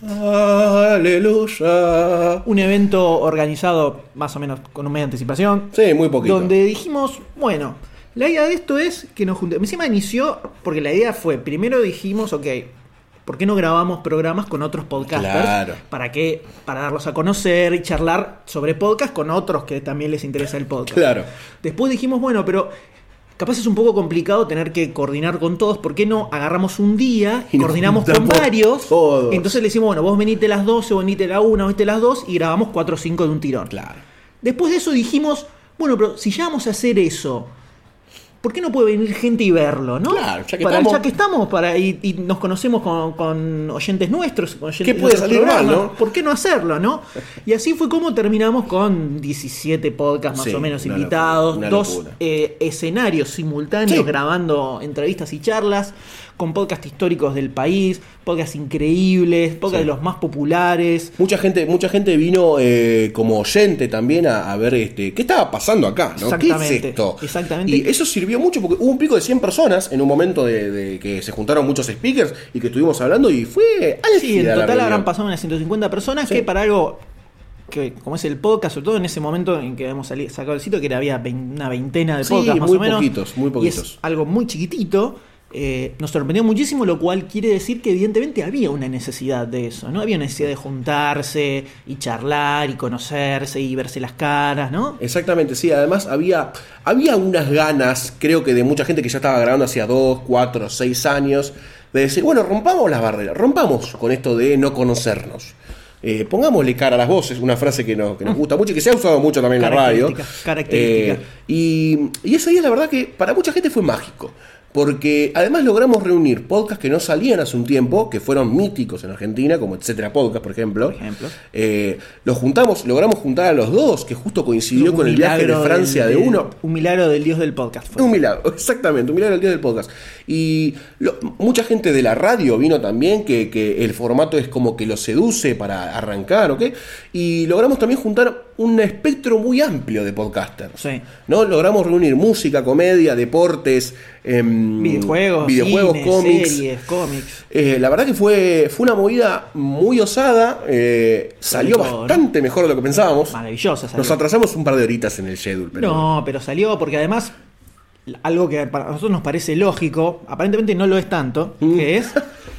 Aleluya. Un evento organizado más o menos con un mes de anticipación. Sí, muy poquito. Donde dijimos, bueno, la idea de esto es que nos juntemos. Encima inició, porque la idea fue, primero dijimos, ok, ¿por qué no grabamos programas con otros podcasters? Claro. ¿Para qué? Para darlos a conocer y charlar sobre podcast con otros que también les interesa el podcast. Claro. Después dijimos, bueno, pero capaz es un poco complicado tener que coordinar con todos. ¿Por qué no agarramos un día Y y nos coordinamos con juntamos varios? todos. Entonces le decimos, bueno, vos venite las doce, vos venite la una, vos venite las dos y grabamos cuatro o cinco de un tirón. Claro. Después de eso dijimos, bueno, pero si ya vamos a hacer eso, ¿por qué no puede venir gente y verlo, no? Claro, ya que para, estamos. ya que estamos para, y, y nos conocemos con, con oyentes nuestros. Con oyentes ¿Qué de puede otros salir mal, programas, no? ¿Por qué no hacerlo, no? Y así fue como terminamos con diecisiete podcasts más Sí, o menos una invitados, locura, una dos locura. eh, escenarios simultáneos Sí. grabando entrevistas y charlas con podcasts históricos del país, podcasts increíbles, podcasts Sí. de los más populares. Mucha gente, mucha gente vino eh, como oyente también a, a ver este qué estaba pasando acá, ¿no? ¿Qué es Exactamente, esto? exactamente. Y eso sirvió mucho porque hubo un pico de cien personas en un momento de, de que se juntaron muchos speakers y que estuvimos hablando y fue álgida Sí, en la total reunión. habrán pasado unas ciento cincuenta personas, Sí. que para algo que como es el podcast, sobre todo en ese momento en que hemos sali- sacado el sitio, que era, había vein- una veintena de Sí, podcasts más muy o menos. poquitos, muy Y poquitos. es algo muy chiquitito. eh, nos sorprendió muchísimo, lo cual quiere decir que evidentemente había una necesidad de eso, ¿no? Había necesidad de juntarse y charlar y conocerse y verse las caras, ¿no? Exactamente, sí, además había, había unas ganas, creo que de mucha gente que ya estaba grabando hacía dos, cuatro, seis años, de decir, bueno, rompamos las barreras, rompamos con esto de no conocernos. Eh, pongámosle cara a las voces, una frase que nos, que nos gusta mucho y que se ha usado mucho también en la radio. Característica, característica. Eh, y, y ese día la verdad que para mucha gente fue mágico. Porque además logramos reunir podcasts que no salían hace un tiempo, que fueron míticos en Argentina, como Etcétera Podcast, por ejemplo. Por ejemplo. Eh, los juntamos, logramos juntar a los dos, que justo coincidió Un con el viaje de milagro Francia del- de uno. Un milagro del dios del podcast. fue. Un milagro, exactamente, un milagro del día del podcast. Y lo- mucha gente de la radio vino también, que, que el formato es como que lo seduce para arrancar, ¿ok? Y logramos también juntar un espectro muy amplio de podcasters. Sí. ¿No? Logramos reunir música, comedia, deportes, em, Videojuegos, videojuegos cine, cómics. series, cómics. Eh, la verdad que fue, fue una movida muy osada, eh, salió todo, ¿no? bastante mejor de lo que pensábamos. Maravillosa. salió. Nos atrasamos un par de horitas en el schedule, pero No, pero salió porque además algo que para nosotros nos parece lógico, aparentemente no lo es tanto, Mm. que es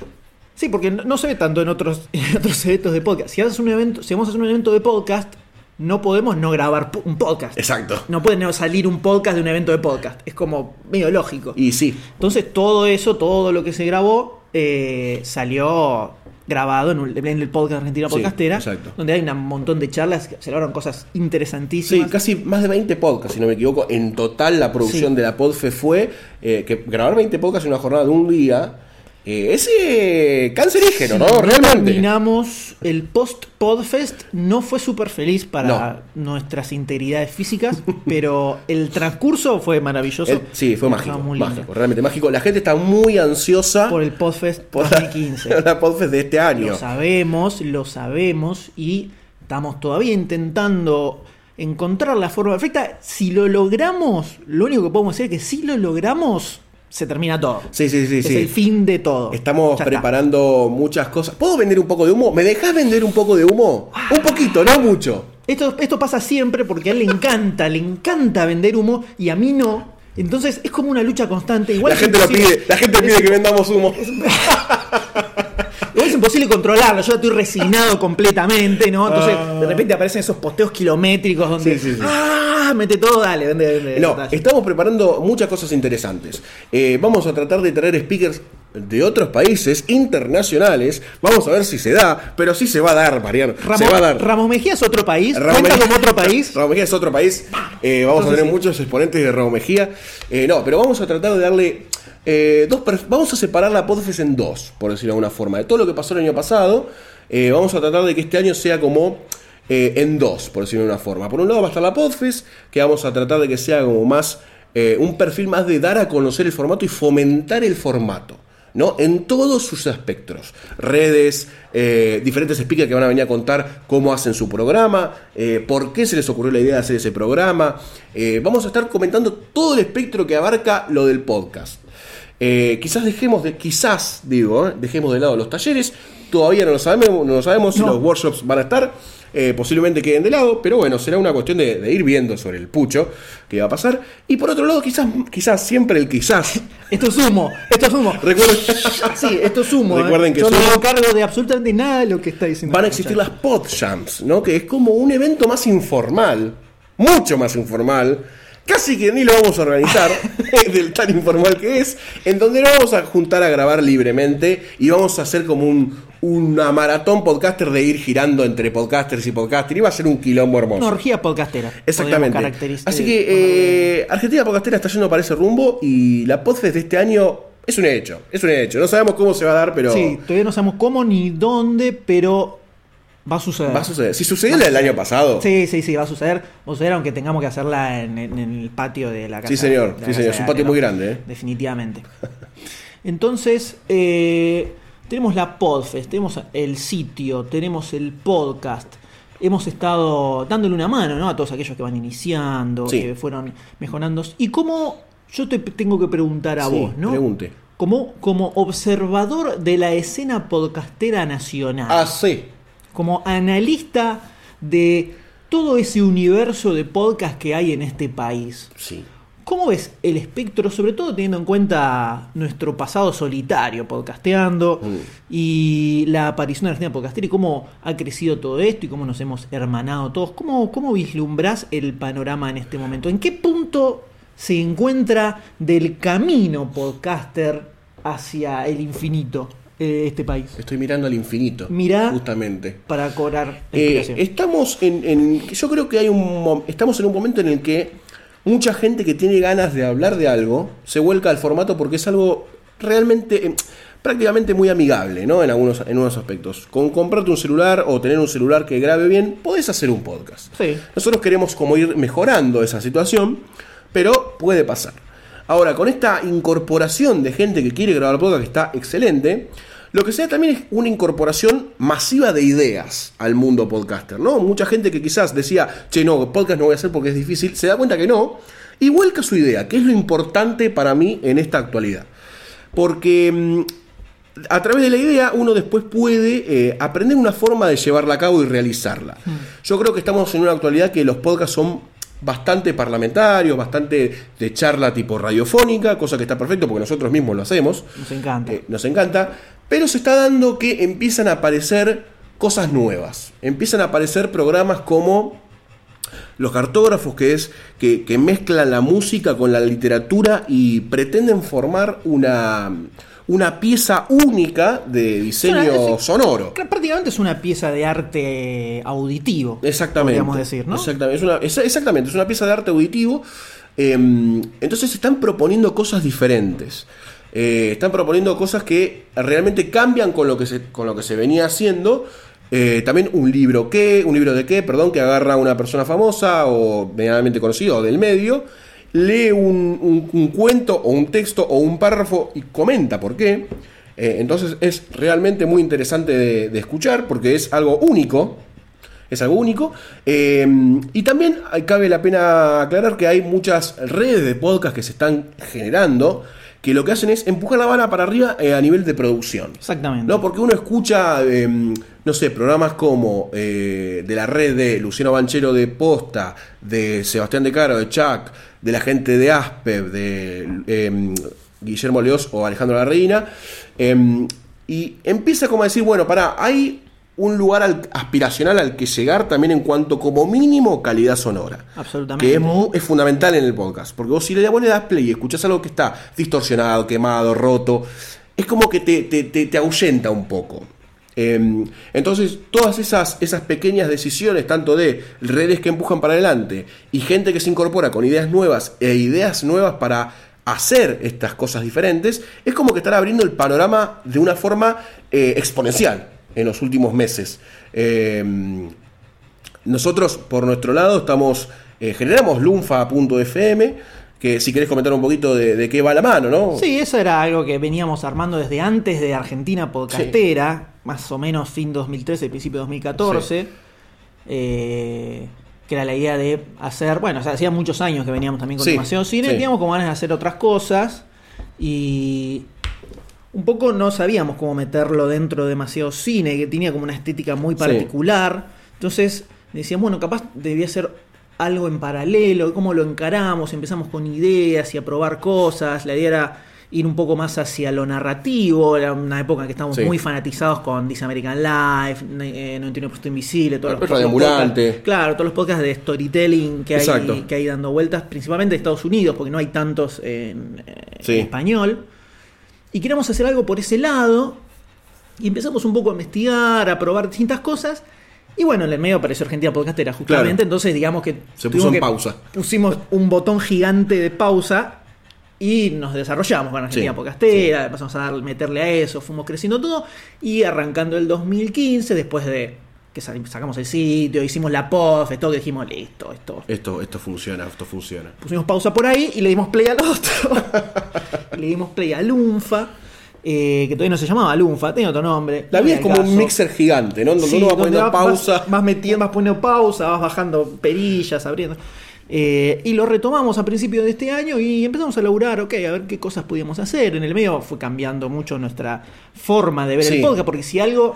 sí, porque no, no se ve tanto en otros en otros eventos de podcast. Si haces un evento, si vamos a hacer un evento de podcast, no podemos no grabar po- un podcast. Exacto. No puede no salir un podcast de un evento de podcast. Es como medio lógico. Y sí, Entonces todo eso, todo lo que se grabó, eh, salió grabado en, un- en el podcast Argentina Sí, Podcastera, exacto. donde hay un montón de charlas, que se lograron cosas sí, interesantísimas. casi más de veinte podcasts, si no me equivoco. En total la producción Sí. de la Podfe fue eh, que grabar veinte podcasts en una jornada de un día eh, es eh, cancerígeno, ¿no? Realmente. Terminamos el post-Podfest, no fue súper feliz para nuestras integridades físicas, pero el transcurso fue maravilloso. El- sí, fue Una mágico, cosa muy linda. mágico, realmente mágico. La gente está muy ansiosa Por el Podfest por dos mil quince. la, la Podfest de este año. Lo sabemos, lo sabemos y estamos todavía intentando encontrar la forma perfecta. Si lo logramos, lo único que podemos decir es que si lo logramos, se termina todo. Sí, sí, sí, es sí. el fin de todo. Estamos Ya está. preparando muchas cosas. ¿Puedo vender un poco de humo? ¿Me dejás vender un poco de humo? Un poquito, no mucho. Esto, esto pasa siempre porque a él le encanta, le encanta vender humo y a mí no. Entonces es como una lucha constante. Igual La es gente lo imposible- pide, la gente pide que vendamos humo. Igual es imposible controlarlo, yo estoy resignado completamente, ¿no? Entonces Ah. de repente aparecen esos posteos kilométricos donde Sí, sí, sí. ¡ah! Mete todo, dale, vende, vende. No, dale. estamos preparando muchas cosas interesantes. Eh, vamos a tratar de traer speakers de otros países internacionales. Vamos a ver si se da, pero sí se va a dar, Mariano. Ramos, se va a dar. Ramos Mejía es otro país, Ramos cuenta Mejía- como otro país. Ramos Mejía es otro país. Eh, vamos Entonces, a tener sí. muchos exponentes de Ramos Mejía. Eh, no, pero vamos a tratar de darle eh, dos perf- vamos a separar la Podfest en dos, por decirlo de alguna forma. De todo lo que pasó el año pasado, eh, vamos a tratar de que este año sea como eh, en dos, por decirlo de una forma. Por un lado va a estar la Podfest, que vamos a tratar de que sea como más eh, un perfil más de dar a conocer el formato y fomentar el formato, ¿no? En todos sus aspectos. Redes, eh, diferentes speakers que van a venir a contar cómo hacen su programa, eh, por qué se les ocurrió la idea de hacer ese programa. Eh, vamos a estar comentando todo el espectro que abarca lo del podcast. Eh, quizás dejemos de, quizás digo, eh, dejemos de lado los talleres. Todavía no lo sabemos, no lo sabemos si No. los workshops van a estar. Eh, posiblemente queden de lado, pero bueno, será una cuestión de, de ir viendo sobre el pucho que va a pasar. Y por otro lado, quizás, quizás siempre el quizás. Esto es humo, esto es humo. Recuerden, Sí, esto es humo. Recuerden ¿eh? que Yo no son- me hago cargo de absolutamente nada de lo que está diciendo. van a existir las PodJams, ¿no? Que es como un evento más informal, mucho más informal, casi que ni lo vamos a organizar, del tan informal que es, en donde nos vamos a juntar a grabar libremente y vamos a hacer como un, una maratón podcaster de ir girando entre podcasters y podcasters, y va a ser un quilombo hermoso. Una orgía podcastera. Exactamente. podríamos caracterizar- Así que eh, Argentina Podcastera está yendo para ese rumbo y la Podfest de este año es un hecho, es un hecho. No sabemos cómo se va a dar, pero Sí, todavía no sabemos cómo ni dónde, pero va a suceder. va a suceder. Si sucedió la del año pasado, Sí, sí, sí, va a suceder. Va a suceder aunque tengamos que hacerla en, en- en el patio de la casa. Sí, señor, de la sí, casa señor, de es un Ale, patio ¿no? muy grande, ¿eh? Definitivamente. Entonces, eh, tenemos la Podfest, tenemos el sitio, tenemos el podcast. Hemos estado dándole una mano, ¿no? A todos aquellos que van iniciando, Sí. que fueron mejorando. ¿Y cómo? Yo te tengo que preguntar a Sí, vos, ¿no? pregunte. Como, como observador de la escena podcastera nacional. Ah, sí. Como analista de todo ese universo de podcast que hay en este país. Sí. ¿Cómo ves el espectro, sobre todo teniendo en cuenta nuestro pasado solitario podcasteando Mm. y la aparición de Argentina Podcastera y cómo ha crecido todo esto y cómo nos hemos hermanado todos? ¿Cómo, cómo vislumbrás el panorama en este momento? ¿En qué punto se encuentra del camino podcaster hacia el infinito eh, este país? Estoy mirando al infinito. Mirá. Justamente. Para cobrar Eh, inspiración. estamos en, en- yo creo que hay un mo- estamos en un momento en el que mucha gente que tiene ganas de hablar de algo se vuelca al formato porque es algo realmente eh, prácticamente muy amigable, ¿no? En algunos en unos aspectos. Con comprarte un celular o tener un celular que grabe bien, podés hacer un podcast. Sí. Nosotros queremos como ir mejorando esa situación, pero puede pasar. Ahora, con esta incorporación de gente que quiere grabar podcast, que está excelente, lo que sea también es una incorporación masiva de ideas al mundo podcaster, ¿no? Mucha gente que quizás decía, che, no, podcast no voy a hacer porque es difícil, se da cuenta que no, y vuelca su idea, que es lo importante para mí en esta actualidad. Porque mm, a través de la idea uno después puede eh, aprender una forma de llevarla a cabo y realizarla. Yo creo que estamos en una actualidad que los podcasts son bastante parlamentarios, bastante de charla tipo radiofónica, cosa que está perfecto porque nosotros mismos lo hacemos. Nos encanta. Eh, nos encanta, pero se está dando que empiezan a aparecer cosas nuevas. Empiezan a aparecer programas como Los Cartógrafos, que es que, que mezclan la música con la literatura y pretenden formar una, una pieza única de diseño Suena- es- sonoro. Prácticamente es una pieza de arte auditivo. Exactamente. Podríamos decir, ¿no? Exactamente. Es una, es- exactamente, es una pieza de arte auditivo. Eh, entonces están proponiendo cosas diferentes. Eh, están proponiendo cosas que realmente cambian con lo que se, con lo que se venía haciendo. Eh, también un libro que, un libro de qué, perdón, que agarra a una persona famosa o medianamente conocida o del medio, lee un, un- un cuento o un texto o un párrafo y comenta por qué. Eh, entonces es realmente muy interesante de, de escuchar porque es algo único. Es algo único. Eh, y también hay- cabe la pena aclarar que hay muchas redes de podcast que se están generando que lo que hacen es empujar la vara para arriba eh, a nivel de producción. Exactamente. No, porque uno escucha, eh, no sé, programas como eh, de la red de Luciano Banchero de Posta, de Sebastián De Caro, de Chuck, de la gente de Aspev, de eh, Guillermo Leos o Alejandro Larreina, eh, y empieza como a decir, bueno, pará, hay un lugar al- aspiracional al que llegar también en cuanto como mínimo calidad sonora. Absolutamente. Que es, mu- es fundamental en el podcast. Porque vos si le das das play y escuchás algo que está distorsionado, quemado, roto, es como que te, te, te, te ahuyenta un poco. Eh, entonces, todas esas, esas pequeñas decisiones, tanto de redes que empujan para adelante y gente que se incorpora con ideas nuevas e ideas nuevas para hacer estas cosas diferentes, es como que están abriendo el panorama de una forma eh, exponencial en los últimos meses. Eh, nosotros, por nuestro lado, estamos eh, generamos lunfa punto efe eme, que si querés comentar un poquito de, de qué va la mano, ¿no? Sí, eso era algo que veníamos armando desde antes de Argentina Podcastera, sí. Más o menos fin dos mil trece, principio dos mil catorce, sí. eh, que era la idea de hacer, bueno, o sea, hacía muchos años que veníamos también con sí, Demasiado Cine, sí. Teníamos como ganas de hacer otras cosas y un poco no sabíamos cómo meterlo dentro de Demasiado Cine, que tenía como una estética muy particular, sí. Entonces decíamos, bueno, capaz debía ser algo en paralelo, cómo lo encaramos, empezamos con ideas y a probar cosas, la idea era ir un poco más hacia lo narrativo, era una época en que estábamos sí. muy fanatizados con This American Life, eh, noventa y nueve por ciento Invisible, todos los, Radio Ambulante. Claro, todos los podcasts de storytelling que hay, que hay dando vueltas, principalmente de Estados Unidos, porque no hay tantos en, sí. en español, y queríamos hacer algo por ese lado, y empezamos un poco a investigar, a probar distintas cosas. Y bueno, en el medio apareció Argentina Podcastera justamente, claro. Entonces digamos que se puso en pausa. Pusimos un botón gigante de pausa y nos desarrollamos con Argentina sí, Podcastera, sí. Empezamos a dar, meterle a eso, fuimos creciendo todo y arrancando el dos mil quince, después de que sacamos el sitio, hicimos la post, todo, que dijimos, listo, esto, esto esto funciona, esto funciona. Pusimos pausa por ahí y le dimos play al otro. Le dimos play a Lunfa. Eh, que todavía no se llamaba Lunfa, tenía otro nombre. La vida es como caso. Un mixer gigante, ¿no? Donde sí, uno va poniendo va, pausa. Vas, vas metiendo, vas poniendo pausa, vas bajando perillas, abriendo. Eh, y lo retomamos a principios de este año y empezamos a laburar, ok, a ver qué cosas podíamos hacer. En el medio fue cambiando mucho nuestra forma de ver sí. el podcast, porque si algo,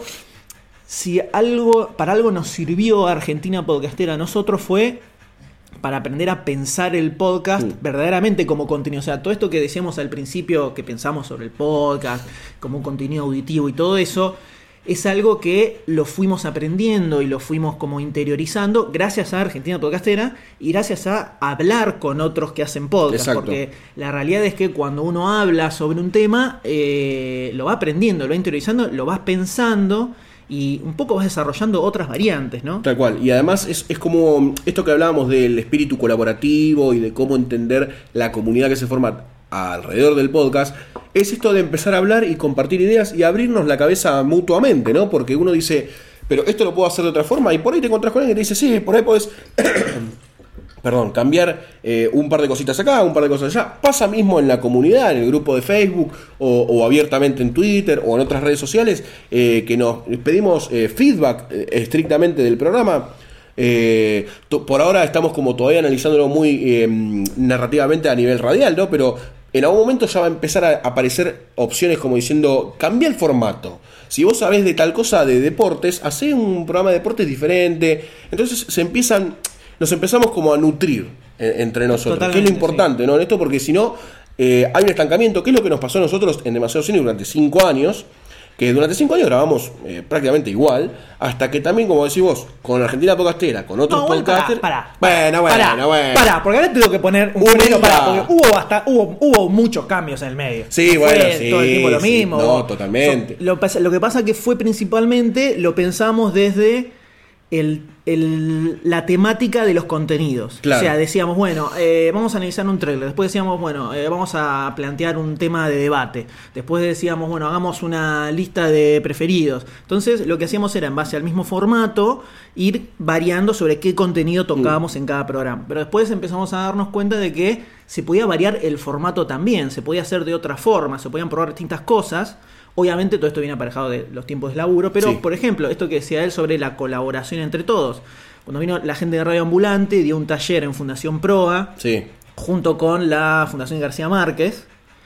si algo, para algo nos sirvió a Argentina Podcastera a nosotros fue para aprender a pensar el podcast sí. verdaderamente como contenido. O sea, todo esto que decíamos al principio, que pensamos sobre el podcast, como un contenido auditivo y todo eso, es algo que lo fuimos aprendiendo y lo fuimos como interiorizando gracias a Argentina Podcastera y gracias a hablar con otros que hacen podcast. Exacto. Porque la realidad es que cuando uno habla sobre un tema, eh, lo va aprendiendo, lo va interiorizando, lo vas pensando y un poco vas desarrollando otras variantes, ¿no? Tal cual. Y además es, es como esto que hablábamos del espíritu colaborativo y de cómo entender la comunidad que se forma alrededor del podcast. Es esto de empezar a hablar y compartir ideas y abrirnos la cabeza mutuamente, ¿no? Porque uno dice, pero esto lo puedo hacer de otra forma. Y por ahí te encontrás con alguien que te dice, sí, por ahí podés... Perdón, cambiar eh, un par de cositas acá, un par de cosas allá. Pasa mismo en la comunidad, en el grupo de Facebook o, o abiertamente en Twitter o en otras redes sociales, eh, que nos pedimos eh, feedback eh, estrictamente del programa. Eh, to, por ahora estamos como todavía analizándolo muy eh, narrativamente a nivel radial, ¿no? Pero en algún momento ya va a empezar a aparecer opciones como diciendo, cambia el formato. Si vos sabés de tal cosa de deportes, hacé un programa de deportes diferente. Entonces se empiezan... Nos empezamos como a nutrir eh, entre nosotros. Totalmente, que es lo importante, sí. ¿no? En esto, porque si no, eh, hay un estancamiento. ¿Qué es lo que nos pasó a nosotros en Demasiado Cine durante cinco años? Que durante cinco años grabamos eh, prácticamente igual, hasta que también, como decís vos, con Argentina Podcastera, con otros no, podcasters. Pará, pará, bueno, bueno, pará, bueno. Pará, porque ahora tengo que poner un freno para. Porque hubo, hasta, hubo, hubo muchos cambios en el medio. Sí, no bueno, fue sí. todo el tiempo lo mismo. Sí, no, totalmente. So, lo, lo que pasa que fue principalmente, lo pensamos desde el, el, la temática de los contenidos. Claro. O sea, decíamos, bueno, eh, vamos a analizar un trailer. Después decíamos, bueno, eh, vamos a plantear un tema de debate. Después decíamos, bueno, hagamos una lista de preferidos. Entonces, lo que hacíamos era, en base al mismo formato, ir variando sobre qué contenido tocábamos mm. en cada programa. Pero después empezamos a darnos cuenta de que se podía variar el formato también. Se podía hacer de otra forma. Se podían probar distintas cosas. Obviamente todo esto viene aparejado de los tiempos de laburo, pero sí. por ejemplo, esto que decía él sobre la colaboración entre todos. Cuando vino la gente de Radio Ambulante, dio un taller en Fundación Proa, sí. junto con la Fundación García Márquez,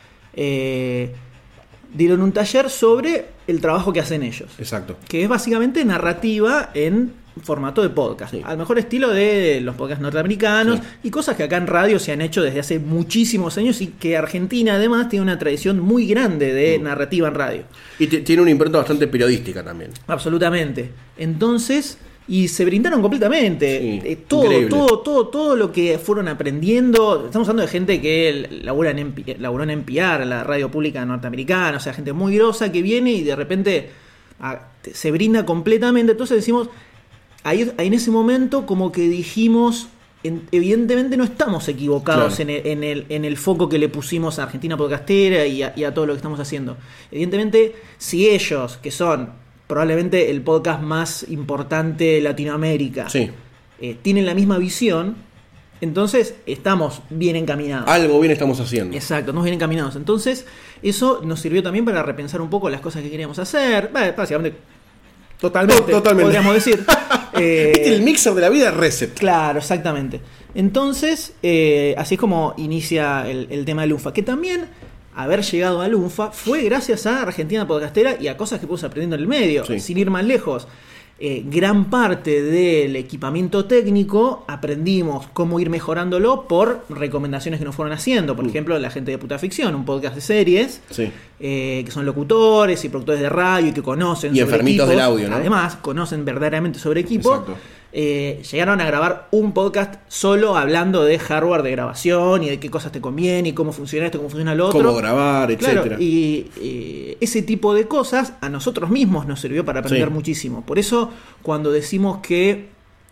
eh, dieron un taller sobre el trabajo que hacen ellos. Exacto. Que es básicamente narrativa en formato de podcast, sí. al mejor estilo de los podcasts norteamericanos sí. y cosas que acá en radio se han hecho desde hace muchísimos años y que Argentina además tiene una tradición muy grande de mm. narrativa en radio. Y t- tiene una impronta bastante periodística también. Absolutamente. Entonces, y se brindaron completamente sí, eh, todo, increíble. todo, todo, todo lo que fueron aprendiendo. Estamos hablando de gente que labura en N P R, laburó en N P R, la radio pública norteamericana, o sea, gente muy grosa que viene y de repente a, se brinda completamente. Entonces decimos, ahí, ahí en ese momento como que dijimos, en, evidentemente no estamos equivocados Claro. en, el, en, el, en el foco que le pusimos a Argentina Podcastera y a, y a todo lo que estamos haciendo. Evidentemente, si ellos, que son probablemente el podcast más importante de Latinoamérica, Sí. eh, tienen la misma visión, entonces estamos bien encaminados. Algo bien estamos haciendo. Exacto, estamos bien encaminados. Entonces, eso nos sirvió también para repensar un poco las cosas que queríamos hacer. Bueno, básicamente, totalmente, To- totalmente. podríamos decir. Eh, ¿Viste el mixer de la vida? Reset. Claro, exactamente. Entonces, eh, así es como inicia el, el tema de Lunfa. Que también, haber llegado a Lunfa fue gracias a Argentina Podcastera y a cosas que fuimos aprendiendo en el medio. Sí. Sin ir más lejos. Eh, gran parte del equipamiento técnico aprendimos cómo ir mejorándolo por recomendaciones que nos fueron haciendo. Por Uh. ejemplo, la gente de Puta Ficción, un podcast de series, Sí. eh, que son locutores y productores de radio y que conocen Y sobre enfermitos equipos. del audio, ¿no? Además, conocen verdaderamente sobre equipo. Exacto. Eh, llegaron a grabar un podcast solo hablando de hardware de grabación y de qué cosas te conviene y cómo funciona esto, cómo funciona lo otro. Cómo grabar, Claro, etcétera. y eh, ese tipo de cosas a nosotros mismos nos sirvió para aprender Sí. muchísimo. Por eso, cuando decimos que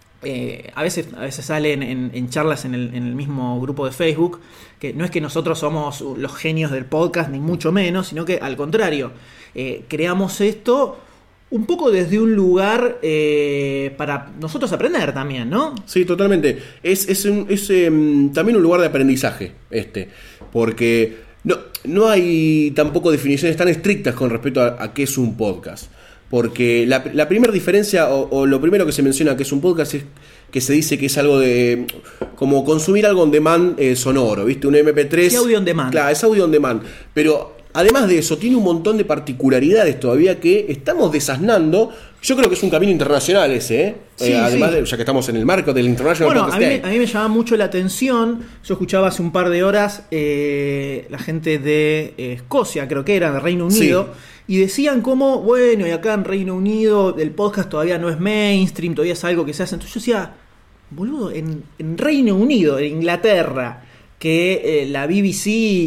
eh, a veces a veces salen en, en charlas en el, en el mismo grupo de Facebook, que no es que nosotros somos los genios del podcast, ni mucho menos, sino que al contrario, eh, creamos esto un poco desde un lugar eh, para nosotros aprender también, ¿no? Sí, totalmente. Es, es, un- es, em, también un lugar de aprendizaje, este. Porque no, no hay tampoco definiciones tan estrictas con respecto a, a qué es un podcast. Porque la, la primera diferencia, o, o lo primero que se menciona que es un podcast, es que se dice que es algo de. Como consumir algo on demand eh, sonoro, ¿viste? Un eme pe tres. Sí, audio on demand. Claro, es audio on demand. Pero además de eso, tiene un montón de particularidades todavía que estamos desasnando. Yo creo que es un camino internacional ese, ¿eh? Sí, Eh, además, sí. de, ya que estamos en el marco del International Bueno, Podcast a mí, Day. a mí me llamaba mucho la atención. Yo escuchaba hace un par de horas eh, la gente de eh, Escocia, creo que era, de Reino Unido, y decían como, bueno, y acá en Reino Unido el podcast todavía no es mainstream, todavía es algo que se hace. Entonces yo decía, boludo, en, en Reino Unido, en Inglaterra, que eh, la B B C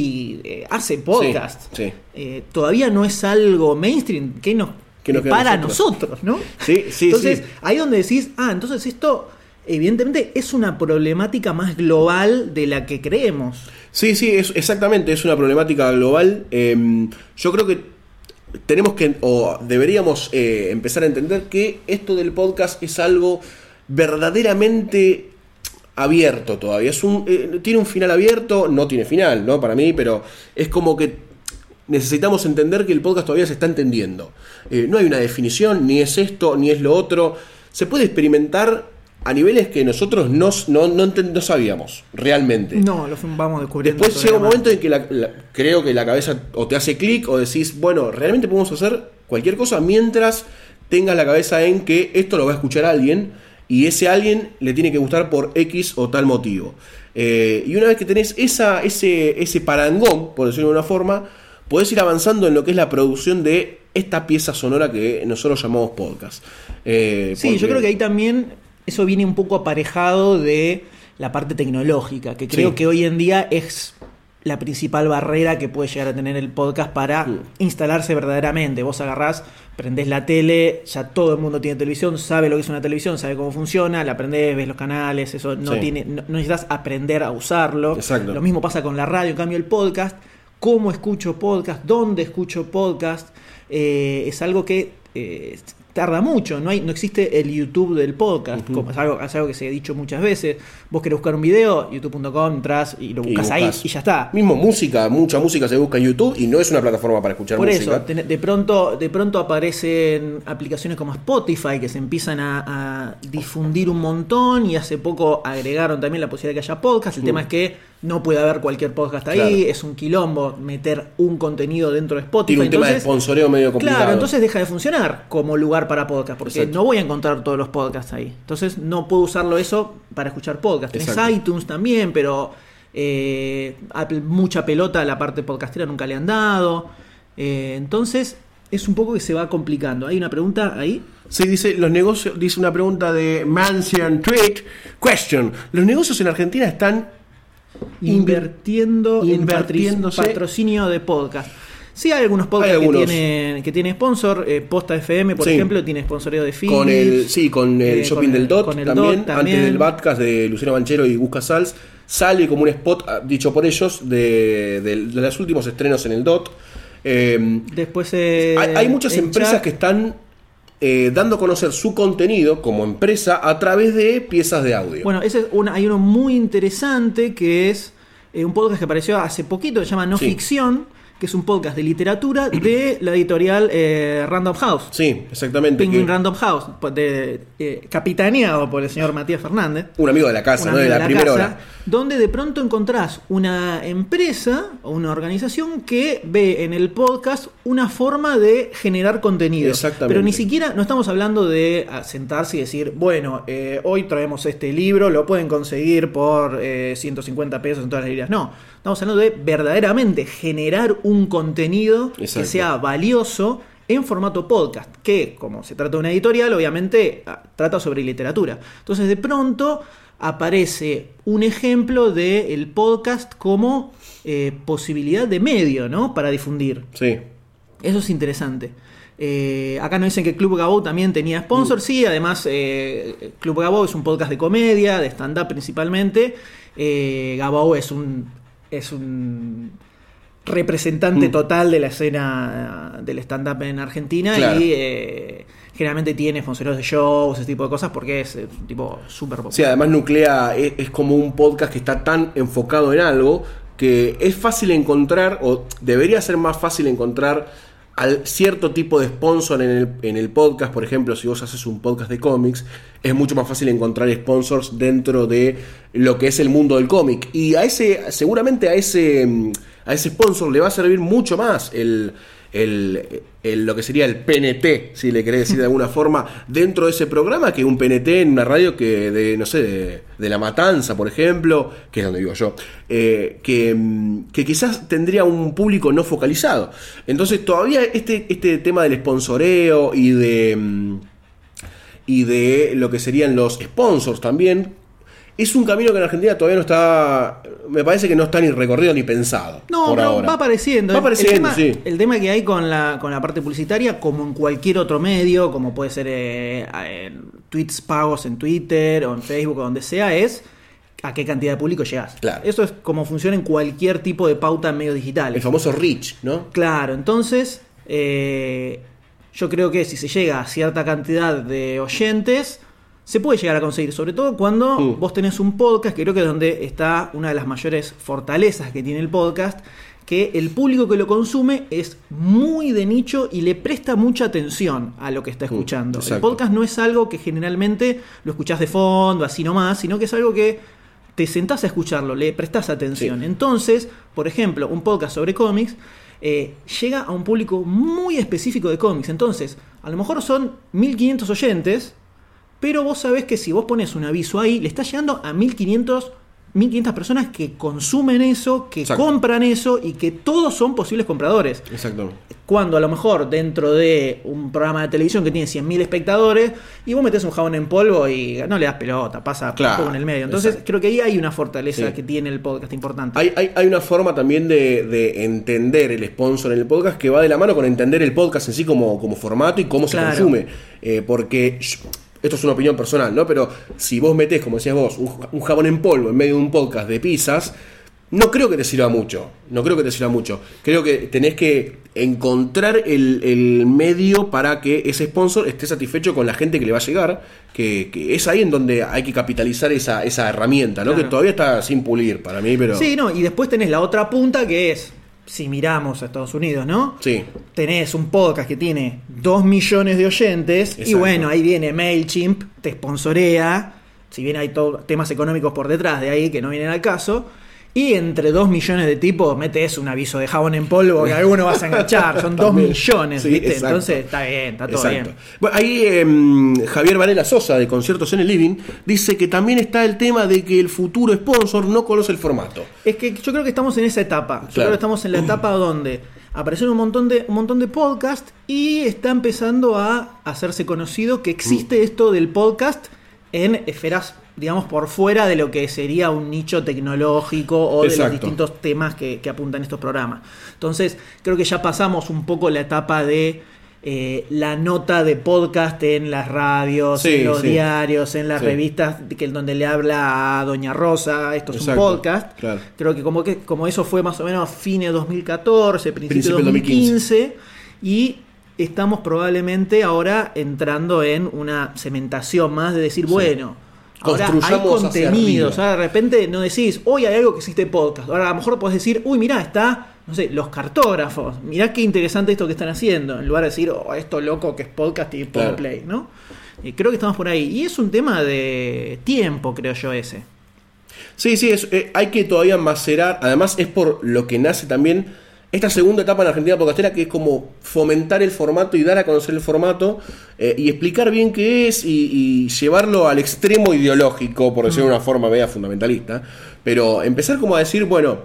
eh, hace podcast, Sí, sí. eh, todavía no es algo mainstream, que nos, Que nos que queda a para nosotros. nosotros, ¿no? Sí, sí, Entonces, sí. ahí donde decís, ah, entonces esto evidentemente es una problemática más global de la que creemos. Sí, sí, es, exactamente, es una problemática global. Eh, yo creo que tenemos que, o deberíamos eh, empezar a entender que esto del podcast es algo verdaderamente abierto todavía. Es un, eh, tiene un final abierto, no tiene final, ¿no? Para mí, pero es como que necesitamos entender que el podcast todavía se está entendiendo. Eh, no hay una definición, ni es esto, ni es lo otro. Se puede experimentar a niveles que nosotros no, no, no, enten- no sabíamos realmente. No, lo fuimos- vamos descubriendo. Después sobre llega un la momento en que la- la- creo que la cabeza o te hace clic o decís, bueno, realmente podemos hacer cualquier cosa mientras tengas la cabeza en que esto lo va a escuchar alguien y ese alguien le tiene que gustar por X o tal motivo. Eh, y una vez que tenés esa, ese, ese parangón, por decirlo de una forma, podés ir avanzando en lo que es la producción de esta pieza sonora que nosotros llamamos podcast. Eh, Sí, porque- yo creo que ahí también eso viene un poco aparejado de la parte tecnológica, que creo Sí. que hoy en día es la principal barrera que puede llegar a tener el podcast para Mm. instalarse verdaderamente. Vos agarrás, prendés la tele, ya todo el mundo tiene televisión, sabe lo que es una televisión, sabe cómo funciona, la prendés, ves los canales, eso no Sí. tiene, no, no necesitas aprender a usarlo. Exacto. Lo mismo pasa con la radio, en cambio el podcast, cómo escucho podcast, dónde escucho podcast, eh, es algo que eh, tarda mucho, no hay, no existe el YouTube del podcast, Ujú. como es algo, es algo que se ha dicho muchas veces. Vos querés buscar un video, youtube punto com, entras y lo Y buscas ahí buscas. y ya está. Mismo música, mucha música se busca en YouTube y no es una plataforma para escuchar Por música. eso, ten- de pronto, de pronto aparecen aplicaciones como Spotify que se empiezan a, a difundir un montón y hace poco agregaron también la posibilidad de que haya podcast. El Mm. tema es que no puede haber cualquier podcast ahí, Claro. es un quilombo meter un contenido dentro de Spotify. Tiene un tema de Entonces, sponsoreo medio complicado. claro, entonces deja de funcionar como lugar para podcast, porque Exacto. no voy a encontrar todos los podcasts ahí. Entonces no puedo usarlo eso para escuchar podcasts. Tenés Exacto. iTunes también, pero eh, Apple, mucha pelota a la parte podcastera nunca le han dado. Eh, entonces es un poco que se va complicando. ¿Hay una pregunta ahí? Sí, dice, los negocios, dice una pregunta de Mansion Tweet. Question. Los negocios en Argentina están Invirtiendo en patri- Invirtiéndose. patrocinio de podcast. Sí, hay algunos podcasts Hay algunos. que tienen que tienen sponsor. Eh, Posta F M, por Sí. ejemplo, tiene sponsoreo de Philips. Con el, sí, con el eh, shopping con del el- Dot, con el también, Dot también. antes del podcast de Luciano Banchero y Gus Casals, sale como un spot, ah, dicho por ellos, de, de, de los últimos estrenos en el Dot. Eh, Después eh, hay, hay muchas en empresas chat, que están eh, dando a conocer su contenido como empresa a través de piezas de audio. Bueno, ese es una, hay uno muy interesante que es eh, un podcast que apareció hace poquito, se llama No Sí. Ficción, que es un podcast de literatura de la editorial eh, Random House. Sí, exactamente. Penguin que- Random House, de, eh, capitaneado por el señor Matías Fernández. Un amigo de la casa, Un ¿no? De amigo la, primera casa, hora. donde de pronto encontrás una empresa o una organización que ve en el podcast una forma de generar contenido. Exactamente. Pero ni siquiera, no estamos hablando de ah, sentarse y decir, bueno, eh, hoy traemos este libro, lo pueden conseguir por eh, ciento cincuenta pesos en todas las librerías. No, estamos hablando de verdaderamente generar un contenido Exacto. que sea valioso en formato podcast, que como se trata de una editorial, obviamente ah, trata sobre literatura. Entonces de pronto aparece un ejemplo del podcast como eh, posibilidad de medio, ¿no? Para difundir. Sí. Eso es interesante. Eh, acá nos dicen que Club Gabo también tenía sponsor. Sí, además eh, Club Gabo es un podcast de comedia, de stand-up principalmente. Eh, Gabo es un, es un representante Mm. total de la escena del stand-up en Argentina. Claro. Y eh, generalmente tiene sponsoreos de shows, ese tipo de cosas, porque es eh, un tipo súper popular. Sí, además Nuclea es, es como un podcast que está tan enfocado en algo que es fácil encontrar, o debería ser más fácil encontrar al cierto tipo de sponsor en el, en el podcast. Por ejemplo, si vos haces un podcast de cómics, es mucho más fácil encontrar sponsors dentro de lo que es el mundo del cómic. Y a ese, seguramente a ese, a ese sponsor le va a servir mucho más el, el, el- lo que sería el P N T, si le querés decir de alguna forma, dentro de ese programa, que un P N T en una radio que de, no sé, de, de La Matanza, por ejemplo, que es donde vivo yo, eh, que, mm, que quizás tendría un público no focalizado. Entonces todavía este, este tema del sponsoreo y de, mm, y de lo que serían los sponsors también, es un camino que en Argentina todavía no está, me parece que no está ni recorrido ni pensado. No, por pero ahora. va apareciendo. Va El- apareciendo, el tema, sí. El tema que hay con la, con la parte publicitaria, como en cualquier otro medio, como puede ser eh, eh, tweets pagos en Twitter o en Facebook o donde sea, es a qué cantidad de público llegas. Claro. Eso es como funciona en cualquier tipo de pauta en medios digitales. El famoso reach, ¿no? Claro, entonces eh, yo creo que si se llega a cierta cantidad de oyentes, se puede llegar a conseguir, sobre todo cuando Mm. vos tenés un podcast, que creo que es donde está una de las mayores fortalezas que tiene el podcast, que el público que lo consume es muy de nicho y le presta mucha atención a lo que está escuchando. El exacto. podcast no es algo que generalmente lo escuchás de fondo, así nomás, sino que es algo que te sentás a escucharlo, le prestás atención. Sí. Entonces, por ejemplo, un podcast sobre cómics eh, llega a un público muy específico de cómics. Entonces, a lo mejor son mil quinientos oyentes, pero vos sabés que si vos pones un aviso ahí, le está llegando a mil quinientas personas que consumen eso, que Exacto. compran eso y que todos son posibles compradores. Exacto. Cuando a lo mejor dentro de un programa de televisión que tiene cien mil espectadores y vos metés un jabón en polvo y no le das pelota, pasa Claro, un poco en el medio. Entonces exacto. creo que ahí hay una fortaleza Sí. que tiene el podcast importante. Hay, hay, hay una forma también de, de entender el sponsor en el podcast que va de la mano con entender el podcast en sí como, como formato y cómo Claro. se consume. Eh, porque yo- esto es una opinión personal, ¿no? Pero si vos metés, como decías vos, un, un jabón en polvo en medio de un podcast de pizzas, no creo que te sirva mucho. No creo que te sirva mucho. Creo que tenés que encontrar el, el medio para que ese sponsor esté satisfecho con la gente que le va a llegar. Que, que es ahí en donde hay que capitalizar esa, esa herramienta, ¿no? Claro. Que todavía está sin pulir para mí, pero... Sí, no, y después tenés la otra punta que es, si miramos a Estados Unidos, ¿no? Sí. Tenés un podcast que tiene dos millones de oyentes y Exacto. bueno, ahí viene MailChimp, te sponsorea, si bien hay todo, temas económicos por detrás de ahí que no vienen al caso, y entre dos millones de tipos metes un aviso de jabón en polvo que alguno vas a enganchar, son dos También. millones, Sí, ¿viste? exacto. Entonces está bien, está todo Exacto. bien. Bueno, ahí eh, Javier Varela Sosa, de Conciertos en el Living, dice que también está el tema de que el futuro sponsor no conoce el formato. Es que yo creo que estamos en esa etapa. Yo Claro. creo que estamos en la etapa donde aparecieron un montón de un montón de podcasts y está empezando a hacerse conocido que existe esto del podcast en esferas digamos, por fuera de lo que sería un nicho tecnológico o Exacto. de los distintos temas que, que apuntan estos programas. Entonces, creo que ya pasamos un poco la etapa de eh, la nota de podcast en las radios, Sí, en los sí. diarios, en las Sí. revistas, que, donde le habla a Doña Rosa, esto es Exacto, un podcast. claro. Creo que como, que como eso fue más o menos fines de dos mil catorce, principio de Principio dos de mil quince, y estamos probablemente ahora entrando en una cementación más de decir, Sí. bueno, ahora hay Construyamos hacia contenidos, arriba. ahora de repente no decís, hoy hay algo que existe podcast, ahora a lo mejor podés decir, uy, mirá, está, no sé, los cartógrafos, mirá qué interesante esto que están haciendo, en lugar de decir, oh, esto loco que es podcast y Claro. play, ¿no? Eh, creo que estamos por ahí, y es un tema de tiempo, creo yo, ese. Sí, sí, es, eh, hay que todavía macerar. Además, es por lo que nace también esta segunda etapa en la Argentina podcastera, que es como fomentar el formato y dar a conocer el formato eh, y explicar bien qué es y, y llevarlo al extremo ideológico, por decirlo de una forma media fundamentalista. Pero empezar como a decir, bueno,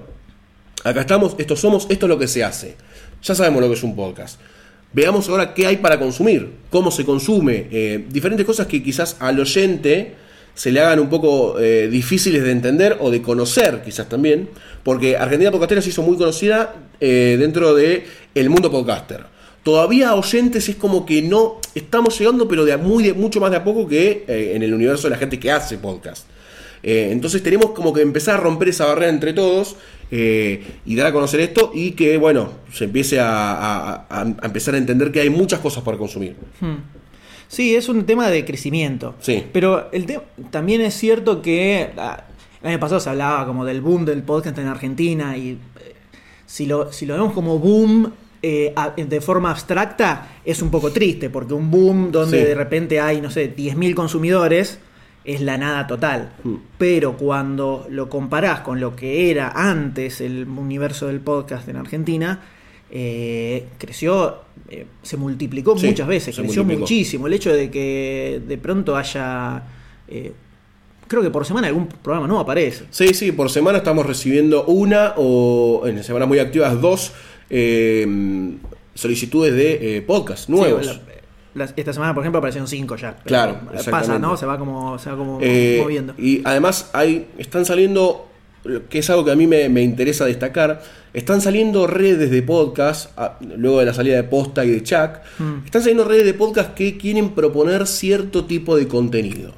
acá estamos, esto somos, esto es lo que se hace. Ya sabemos lo que es un podcast. Veamos ahora qué hay para consumir, cómo se consume, eh, diferentes cosas que quizás al oyente se le hagan un poco eh, difíciles de entender o de conocer, quizás también, porque Argentina Podcastera se hizo muy conocida eh, dentro de el mundo podcaster. Todavía oyentes es como que no estamos llegando, pero de, a muy, de mucho más de a poco que eh, en el universo de la gente que hace podcast. Eh, entonces tenemos como que empezar a romper esa barrera entre todos eh, y dar a conocer esto y que, bueno, se empiece a, a, a, a empezar a entender que hay muchas cosas para consumir. Hmm. Sí, es un tema de crecimiento. Sí. Pero el te- también es cierto que ah, el año pasado se hablaba como del boom del podcast en Argentina y eh, si lo, si lo vemos como boom eh, a- de forma abstracta es un poco triste porque un boom donde Sí. de repente hay, no sé, diez mil consumidores es la nada total. Mm. Pero cuando lo comparás con lo que era antes el universo del podcast en Argentina, eh, creció, eh, se multiplicó Sí, muchas veces, se creció multiplicó. muchísimo. El hecho de que de pronto haya, eh, creo que por semana algún programa nuevo aparece. Sí, sí, por semana estamos recibiendo una o en semanas muy activas dos eh, solicitudes de eh, podcast nuevos. Sí, la- la- esta semana, por ejemplo, aparecieron cinco ya. Pero Claro, pasa, exactamente. ¿no? Se va como, se va como Eh, moviendo. y además hay, están saliendo, que es algo que a mí me, me interesa destacar, están saliendo redes de podcast, a- luego de la salida de Posta y de Chuck, Mm. están saliendo redes de podcast que quieren proponer cierto tipo de contenido.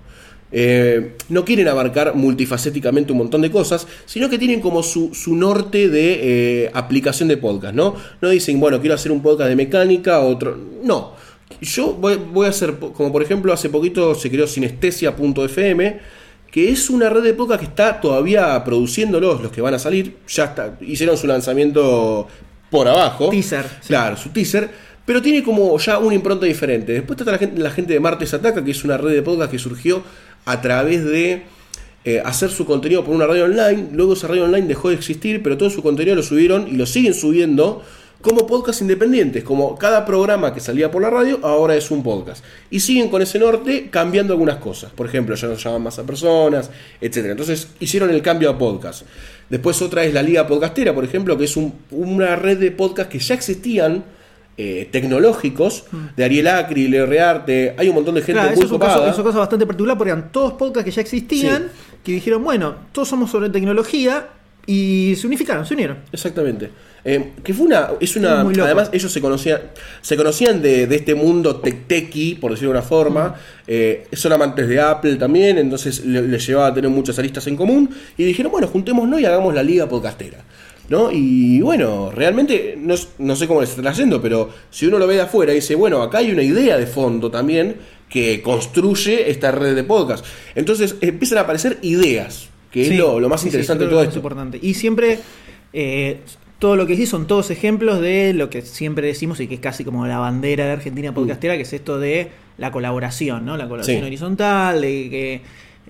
Eh, no quieren abarcar multifacéticamente un montón de cosas, sino que tienen como su, su norte de eh, aplicación de podcast, ¿no? No dicen, bueno, quiero hacer un podcast de mecánica, otro... No. Yo voy, voy a hacer, como por ejemplo, hace poquito se creó Sinestesia punto efe eme, que es una red de podcast que está todavía produciéndolos, los que van a salir. Ya está, hicieron su lanzamiento por abajo. Teaser, sí. Claro, su teaser. Pero tiene como ya una impronta diferente. Después está la gente, la gente de Martes Ataca, que es una red de podcast que surgió a través de eh, hacer su contenido por una radio online. Luego esa radio online dejó de existir, pero todo su contenido lo subieron y lo siguen subiendo como podcast independientes, como cada programa que salía por la radio ahora es un podcast. Y siguen con ese norte cambiando algunas cosas. Por ejemplo, ya no llaman más a personas, etcétera. Entonces hicieron el cambio a podcast. Después otra es la Liga Podcastera, por ejemplo, que es un- una red de podcast que ya existían, eh, tecnológicos, de Ariel Acri, Leo Rearte. Hay un montón de gente Claro, muy eso es un caso, copada. eso es un caso bastante particular porque eran todos podcasts que ya existían, que dijeron, bueno, todos somos sobre tecnología y se unificaron, se unieron. Exactamente. Eh, que fue una, es una, Es muy loco. además ellos se conocían, se conocían de, de este mundo tech-techy, por decirlo de una forma. Eh, son amantes de Apple también, entonces le- les llevaba a tener muchas aristas en común y dijeron, bueno, juntémonos y hagamos la liga podcastera, ¿no? Y bueno, realmente no, no sé cómo les está yendo, pero si uno lo ve de afuera y dice, bueno, acá hay una idea de fondo también que construye esta red de podcast. Entonces empiezan a aparecer ideas, que Sí, es lo, lo más sí, sí, interesante yo de creo todo que es esto. importante. Y siempre, eh, todo lo que sí son todos ejemplos de lo que siempre decimos y que es casi como la bandera de Argentina podcastera, que es esto de la colaboración, ¿no? La colaboración Sí. horizontal, de que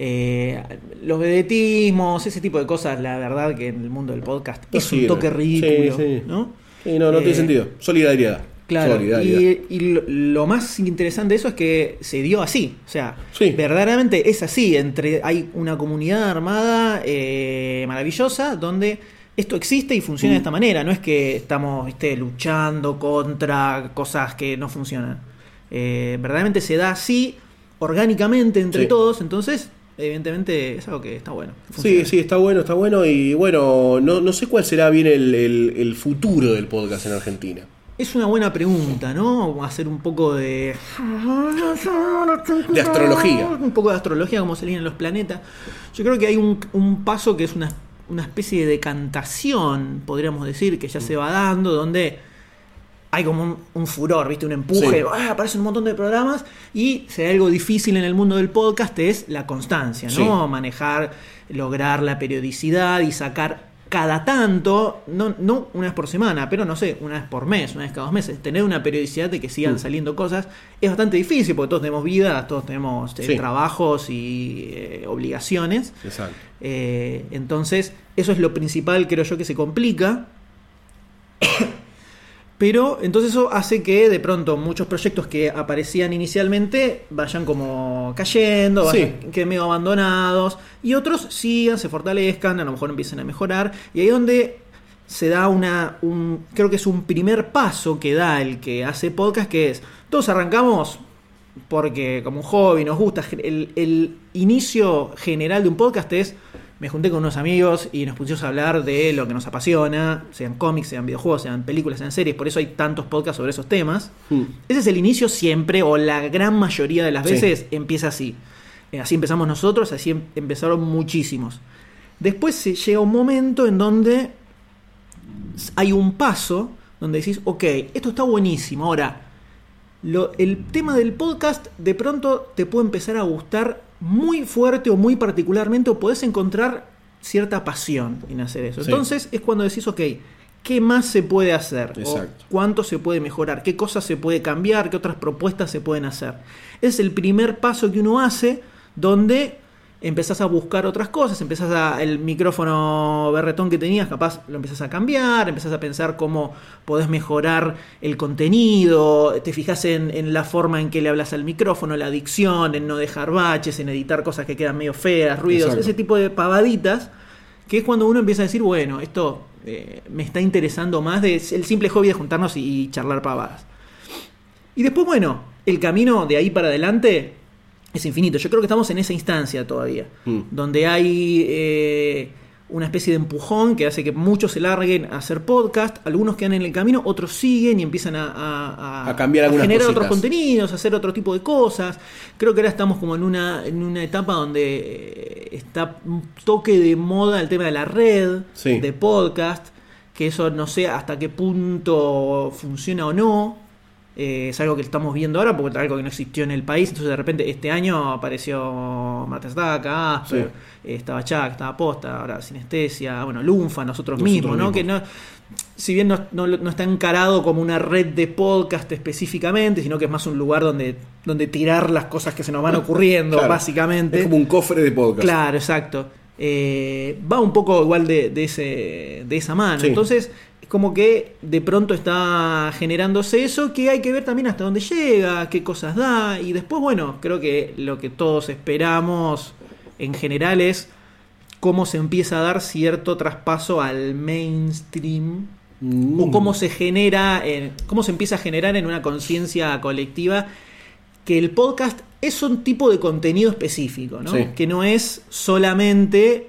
eh, los vedetismos, ese tipo de cosas, la verdad que en el mundo del podcast No es un sirve. toque ridículo, Sí, sí. ¿no? Sí, no, no Eh, tiene sentido. Solidaridad. Claro, Solidaridad. y, y lo, lo más interesante de eso es que se dio así, o sea, Sí. verdaderamente es así, entre hay una comunidad armada eh, maravillosa donde esto existe y funciona Mm. de esta manera, no es que estamos ¿viste? luchando contra cosas que no funcionan, eh, verdaderamente se da así, orgánicamente entre Sí. todos, entonces evidentemente es algo que está bueno. Sí, sí, está bueno, está bueno. Y bueno, no, no sé cuál será bien el, el, el futuro del podcast en Argentina. Es una buena pregunta, ¿no? Vamos a hacer un poco de... De astrología. Un poco de astrología, cómo se alinean los planetas. Yo creo que hay un, un paso que es una, una especie de decantación, podríamos decir, que ya se va dando, donde hay como un, un furor, ¿viste? Un empuje, Sí. ¡ah! Aparecen un montón de programas, y si hay algo difícil en el mundo del podcast es la constancia, ¿no? Sí. Manejar, lograr la periodicidad y sacar cada tanto, no, no una vez por semana, pero no sé, una vez por mes, una vez cada dos meses, tener una periodicidad de que sigan Mm. saliendo cosas es bastante difícil, porque todos tenemos vidas, todos tenemos eh, Sí. trabajos y eh, obligaciones. Exacto. Eh, entonces, eso es lo principal, creo yo, que se complica. Pero entonces eso hace que de pronto muchos proyectos que aparecían inicialmente vayan como cayendo, vayan, Sí. queden medio abandonados, y otros sigan, se fortalezcan, a lo mejor empiecen a mejorar, y ahí es donde se da una, un, creo que es un primer paso que da el que hace podcast, que es, todos arrancamos porque como un hobby nos gusta, el, el inicio general de un podcast es, me junté con unos amigos y nos pusimos a hablar de lo que nos apasiona, sean cómics, sean videojuegos, sean películas, sean series, por eso hay tantos podcasts sobre esos temas. Mm. Ese es el inicio siempre, o la gran mayoría de las Sí. veces empieza así. Eh, Así empezamos nosotros, así em- empezaron muchísimos. Después se llega un momento en donde hay un paso donde decís, ok, esto está buenísimo. Ahora, lo- el tema del podcast de pronto te puede empezar a gustar muy fuerte o muy particularmente, o podés encontrar cierta pasión en hacer eso. Sí. Entonces es cuando decís, ok, ¿qué más se puede hacer? Exacto. ¿O cuánto se puede mejorar? ¿Qué cosas se puede cambiar? ¿Qué otras propuestas se pueden hacer? Es el primer paso que uno hace, donde empezás a buscar otras cosas, empezás a, el micrófono berretón que tenías, capaz lo empezás a cambiar, empezás a pensar cómo podés mejorar el contenido, te fijas en, en la forma en que le hablas al micrófono, la dicción, en no dejar baches, en editar cosas que quedan medio feas, ruidos, Exacto. ese tipo de pavaditas, que es cuando uno empieza a decir, bueno, esto eh, me está interesando más de el simple hobby de juntarnos y, y charlar pavadas. Y después, bueno, el camino de ahí para adelante es infinito. Yo creo que estamos en esa instancia todavía, Mm. donde hay eh, una especie de empujón que hace que muchos se larguen a hacer podcast, algunos quedan en el camino, otros siguen y empiezan a, a, A cambiar algunas generar cositas. otros contenidos, a hacer otro tipo de cosas. Creo que ahora estamos como en una, en una etapa donde eh, está un toque de moda el tema de la red, Sí. de podcast, que eso no sé hasta qué punto funciona o no. Eh, es algo que estamos viendo ahora porque es algo que no existió en el país. Entonces de repente este año apareció Marta Estaca, Asper, Sí. eh, estaba Chuck, estaba Posta, ahora Sinestesia, bueno, Lunfa, nosotros, Nosotros mismos, ¿no? mismos. Que no, si bien no, no, no está encarado como una red de podcast específicamente, sino que es más un lugar donde, donde tirar las cosas que se nos van ocurriendo, Claro. básicamente. Es como un cofre de podcast. Claro, exacto. Eh, va un poco igual de, de, ese, de esa mano. Sí. Entonces, es como que de pronto está generándose eso, que hay que ver también hasta dónde llega, qué cosas da. Y después, bueno, creo que lo que todos esperamos en general es cómo se empieza a dar cierto traspaso al mainstream. Mm. O cómo se genera, en- cómo se empieza a generar en una conciencia colectiva que el podcast es un tipo de contenido específico, ¿no? Sí. Que no es solamente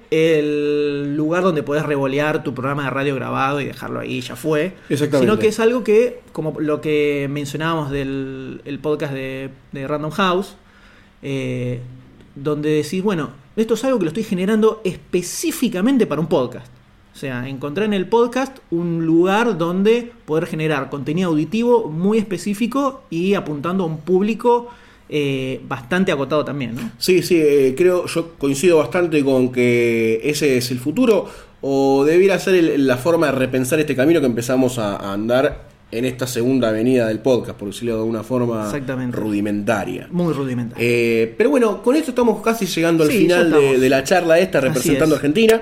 el lugar donde podés revolear tu programa de radio grabado y dejarlo ahí, ya fue. Exactamente. Sino que es algo que, como lo que mencionábamos del el podcast de, de Random House, eh, donde decís, bueno, esto es algo que lo estoy generando específicamente para un podcast. O sea, encontrar en el podcast un lugar donde poder generar contenido auditivo muy específico y apuntando a un público eh, bastante acotado también, ¿no? Sí, sí, eh, creo, yo coincido bastante con que ese es el futuro, o debiera ser el- la forma de repensar este camino que empezamos a, a andar en esta segunda avenida del podcast, por decirlo de una forma Exactamente. rudimentaria. Muy rudimentario. Eh, pero bueno, con esto estamos casi llegando al Sí, final ya de, estamos. de la charla esta representando a es. Argentina.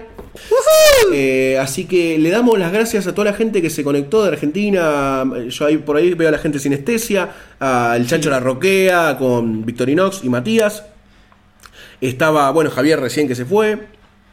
Eh, así que le damos las gracias a toda la gente que se conectó de Argentina. Yo ahí por ahí veo a la gente Sinestesia, al Chancho La Roquea con Victorinox y Matías. Estaba, bueno, Javier recién que se fue.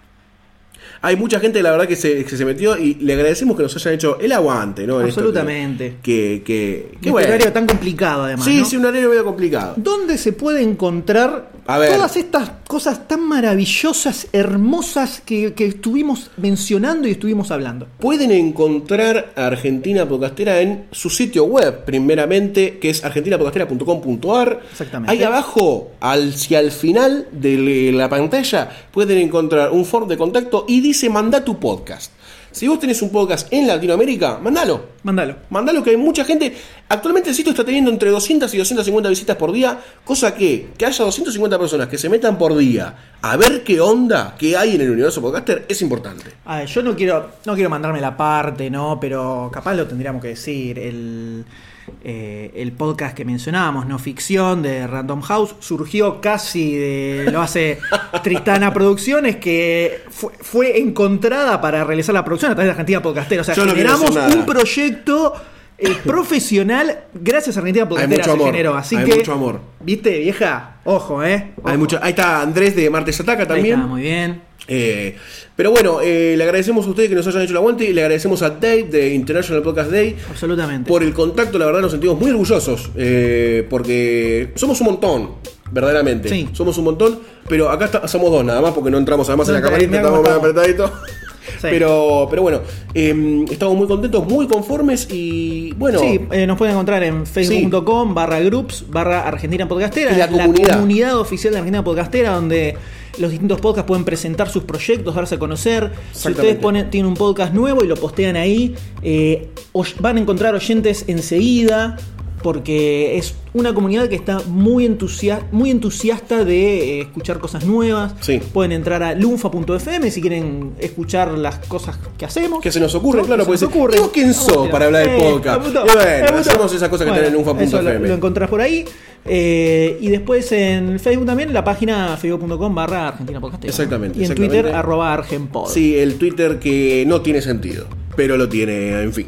Hay mucha gente, la verdad, que se, que se metió y le agradecemos que nos hayan hecho el aguante, ¿no? En esto Absolutamente. Que, que, que, que Un bueno. horario tan complicado además, Sí, ¿no? sí, un horario medio complicado. ¿Dónde se puede encontrar A ver. Todas estas cosas tan maravillosas, hermosas que, que estuvimos mencionando y estuvimos hablando. Pueden encontrar a Argentina Podcastera en su sitio web, primeramente, que es argentina podcastera punto com punto a r. Exactamente. Ahí abajo, hacia el final de la pantalla, pueden encontrar un form de contacto y dice manda tu podcast. Si vos tenés un podcast en Latinoamérica, mandalo. Mándalo. Mandalo, que hay mucha gente. Actualmente el sitio está teniendo entre doscientas y doscientas cincuenta visitas por día, cosa que, que haya doscientas cincuenta personas que se metan por día a ver qué onda, qué hay en el universo podcaster, es importante. A ver, yo no quiero, no quiero mandarme la parte, ¿no? Pero capaz lo tendríamos que decir. El, eh, el podcast que mencionábamos, No Ficción, de Random House, surgió casi de. Lo hace Tristana Producciones, que fue, fue encontrada para realizar la producción a través de Argentina Podcastera. O sea, Yo no quiero generamos decir nada. un proyecto. Eh, profesional, gracias a Argentina Podcastera Hay mucho se amor, generó. Así hay que, mucho amor. ¿viste, vieja? Ojo, ¿eh? Ojo. Hay mucho, ahí está Andrés de Martes Ataca Ahí también. está, muy bien. Eh, pero bueno, eh, le agradecemos a ustedes que nos hayan hecho el aguante y le agradecemos a Dave de International Podcast Day Absolutamente. por el contacto. La verdad nos sentimos muy orgullosos eh, porque somos un montón, verdaderamente. Sí. Somos un montón, pero acá está, somos dos nada más porque no entramos además No, en la camarita, mirá estamos cómo medio estamos. apretaditos. Sí. Pero, pero bueno, eh, estamos muy contentos, muy conformes y bueno. Sí, eh, nos pueden encontrar en facebook punto com barra groups barra Argentina Podcastera, Y la comunidad. comunidad oficial de Argentina Podcastera, donde los distintos podcasts pueden presentar sus proyectos, darse a conocer. Si ustedes ponen, tienen un podcast nuevo y lo postean ahí, eh, van a encontrar oyentes enseguida, porque es una comunidad que está muy, entusia- muy entusiasta de eh, escuchar cosas nuevas. Sí. Pueden entrar a lunfa punto f m si quieren escuchar las cosas que hacemos. Que se nos ocurre, ¿no? claro, Que se puede nos ser. ocurre. Digo, ¿quién Vamos, sos mira. para hablar del Eh, podcast? me gustó, Y bueno, me gustó. hacemos esas cosas que Bueno, están en lunfa punto eso f m. Lo, lo encontrás por ahí. Eh, y después en Facebook también, la página facebook punto com barra Argentina Podcastera. Exactamente, Y en exactamente. Twitter, arroba argenpod. Sí, el Twitter que no tiene sentido, pero lo tiene, en fin.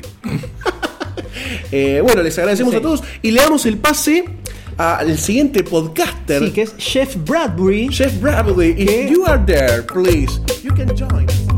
eh, bueno, les agradecemos Sí. a todos y le damos el pase al siguiente podcaster, Sí, que es Jeff Bradbury. Jeff Bradley. If ¿Qué? you are there, please, you can join.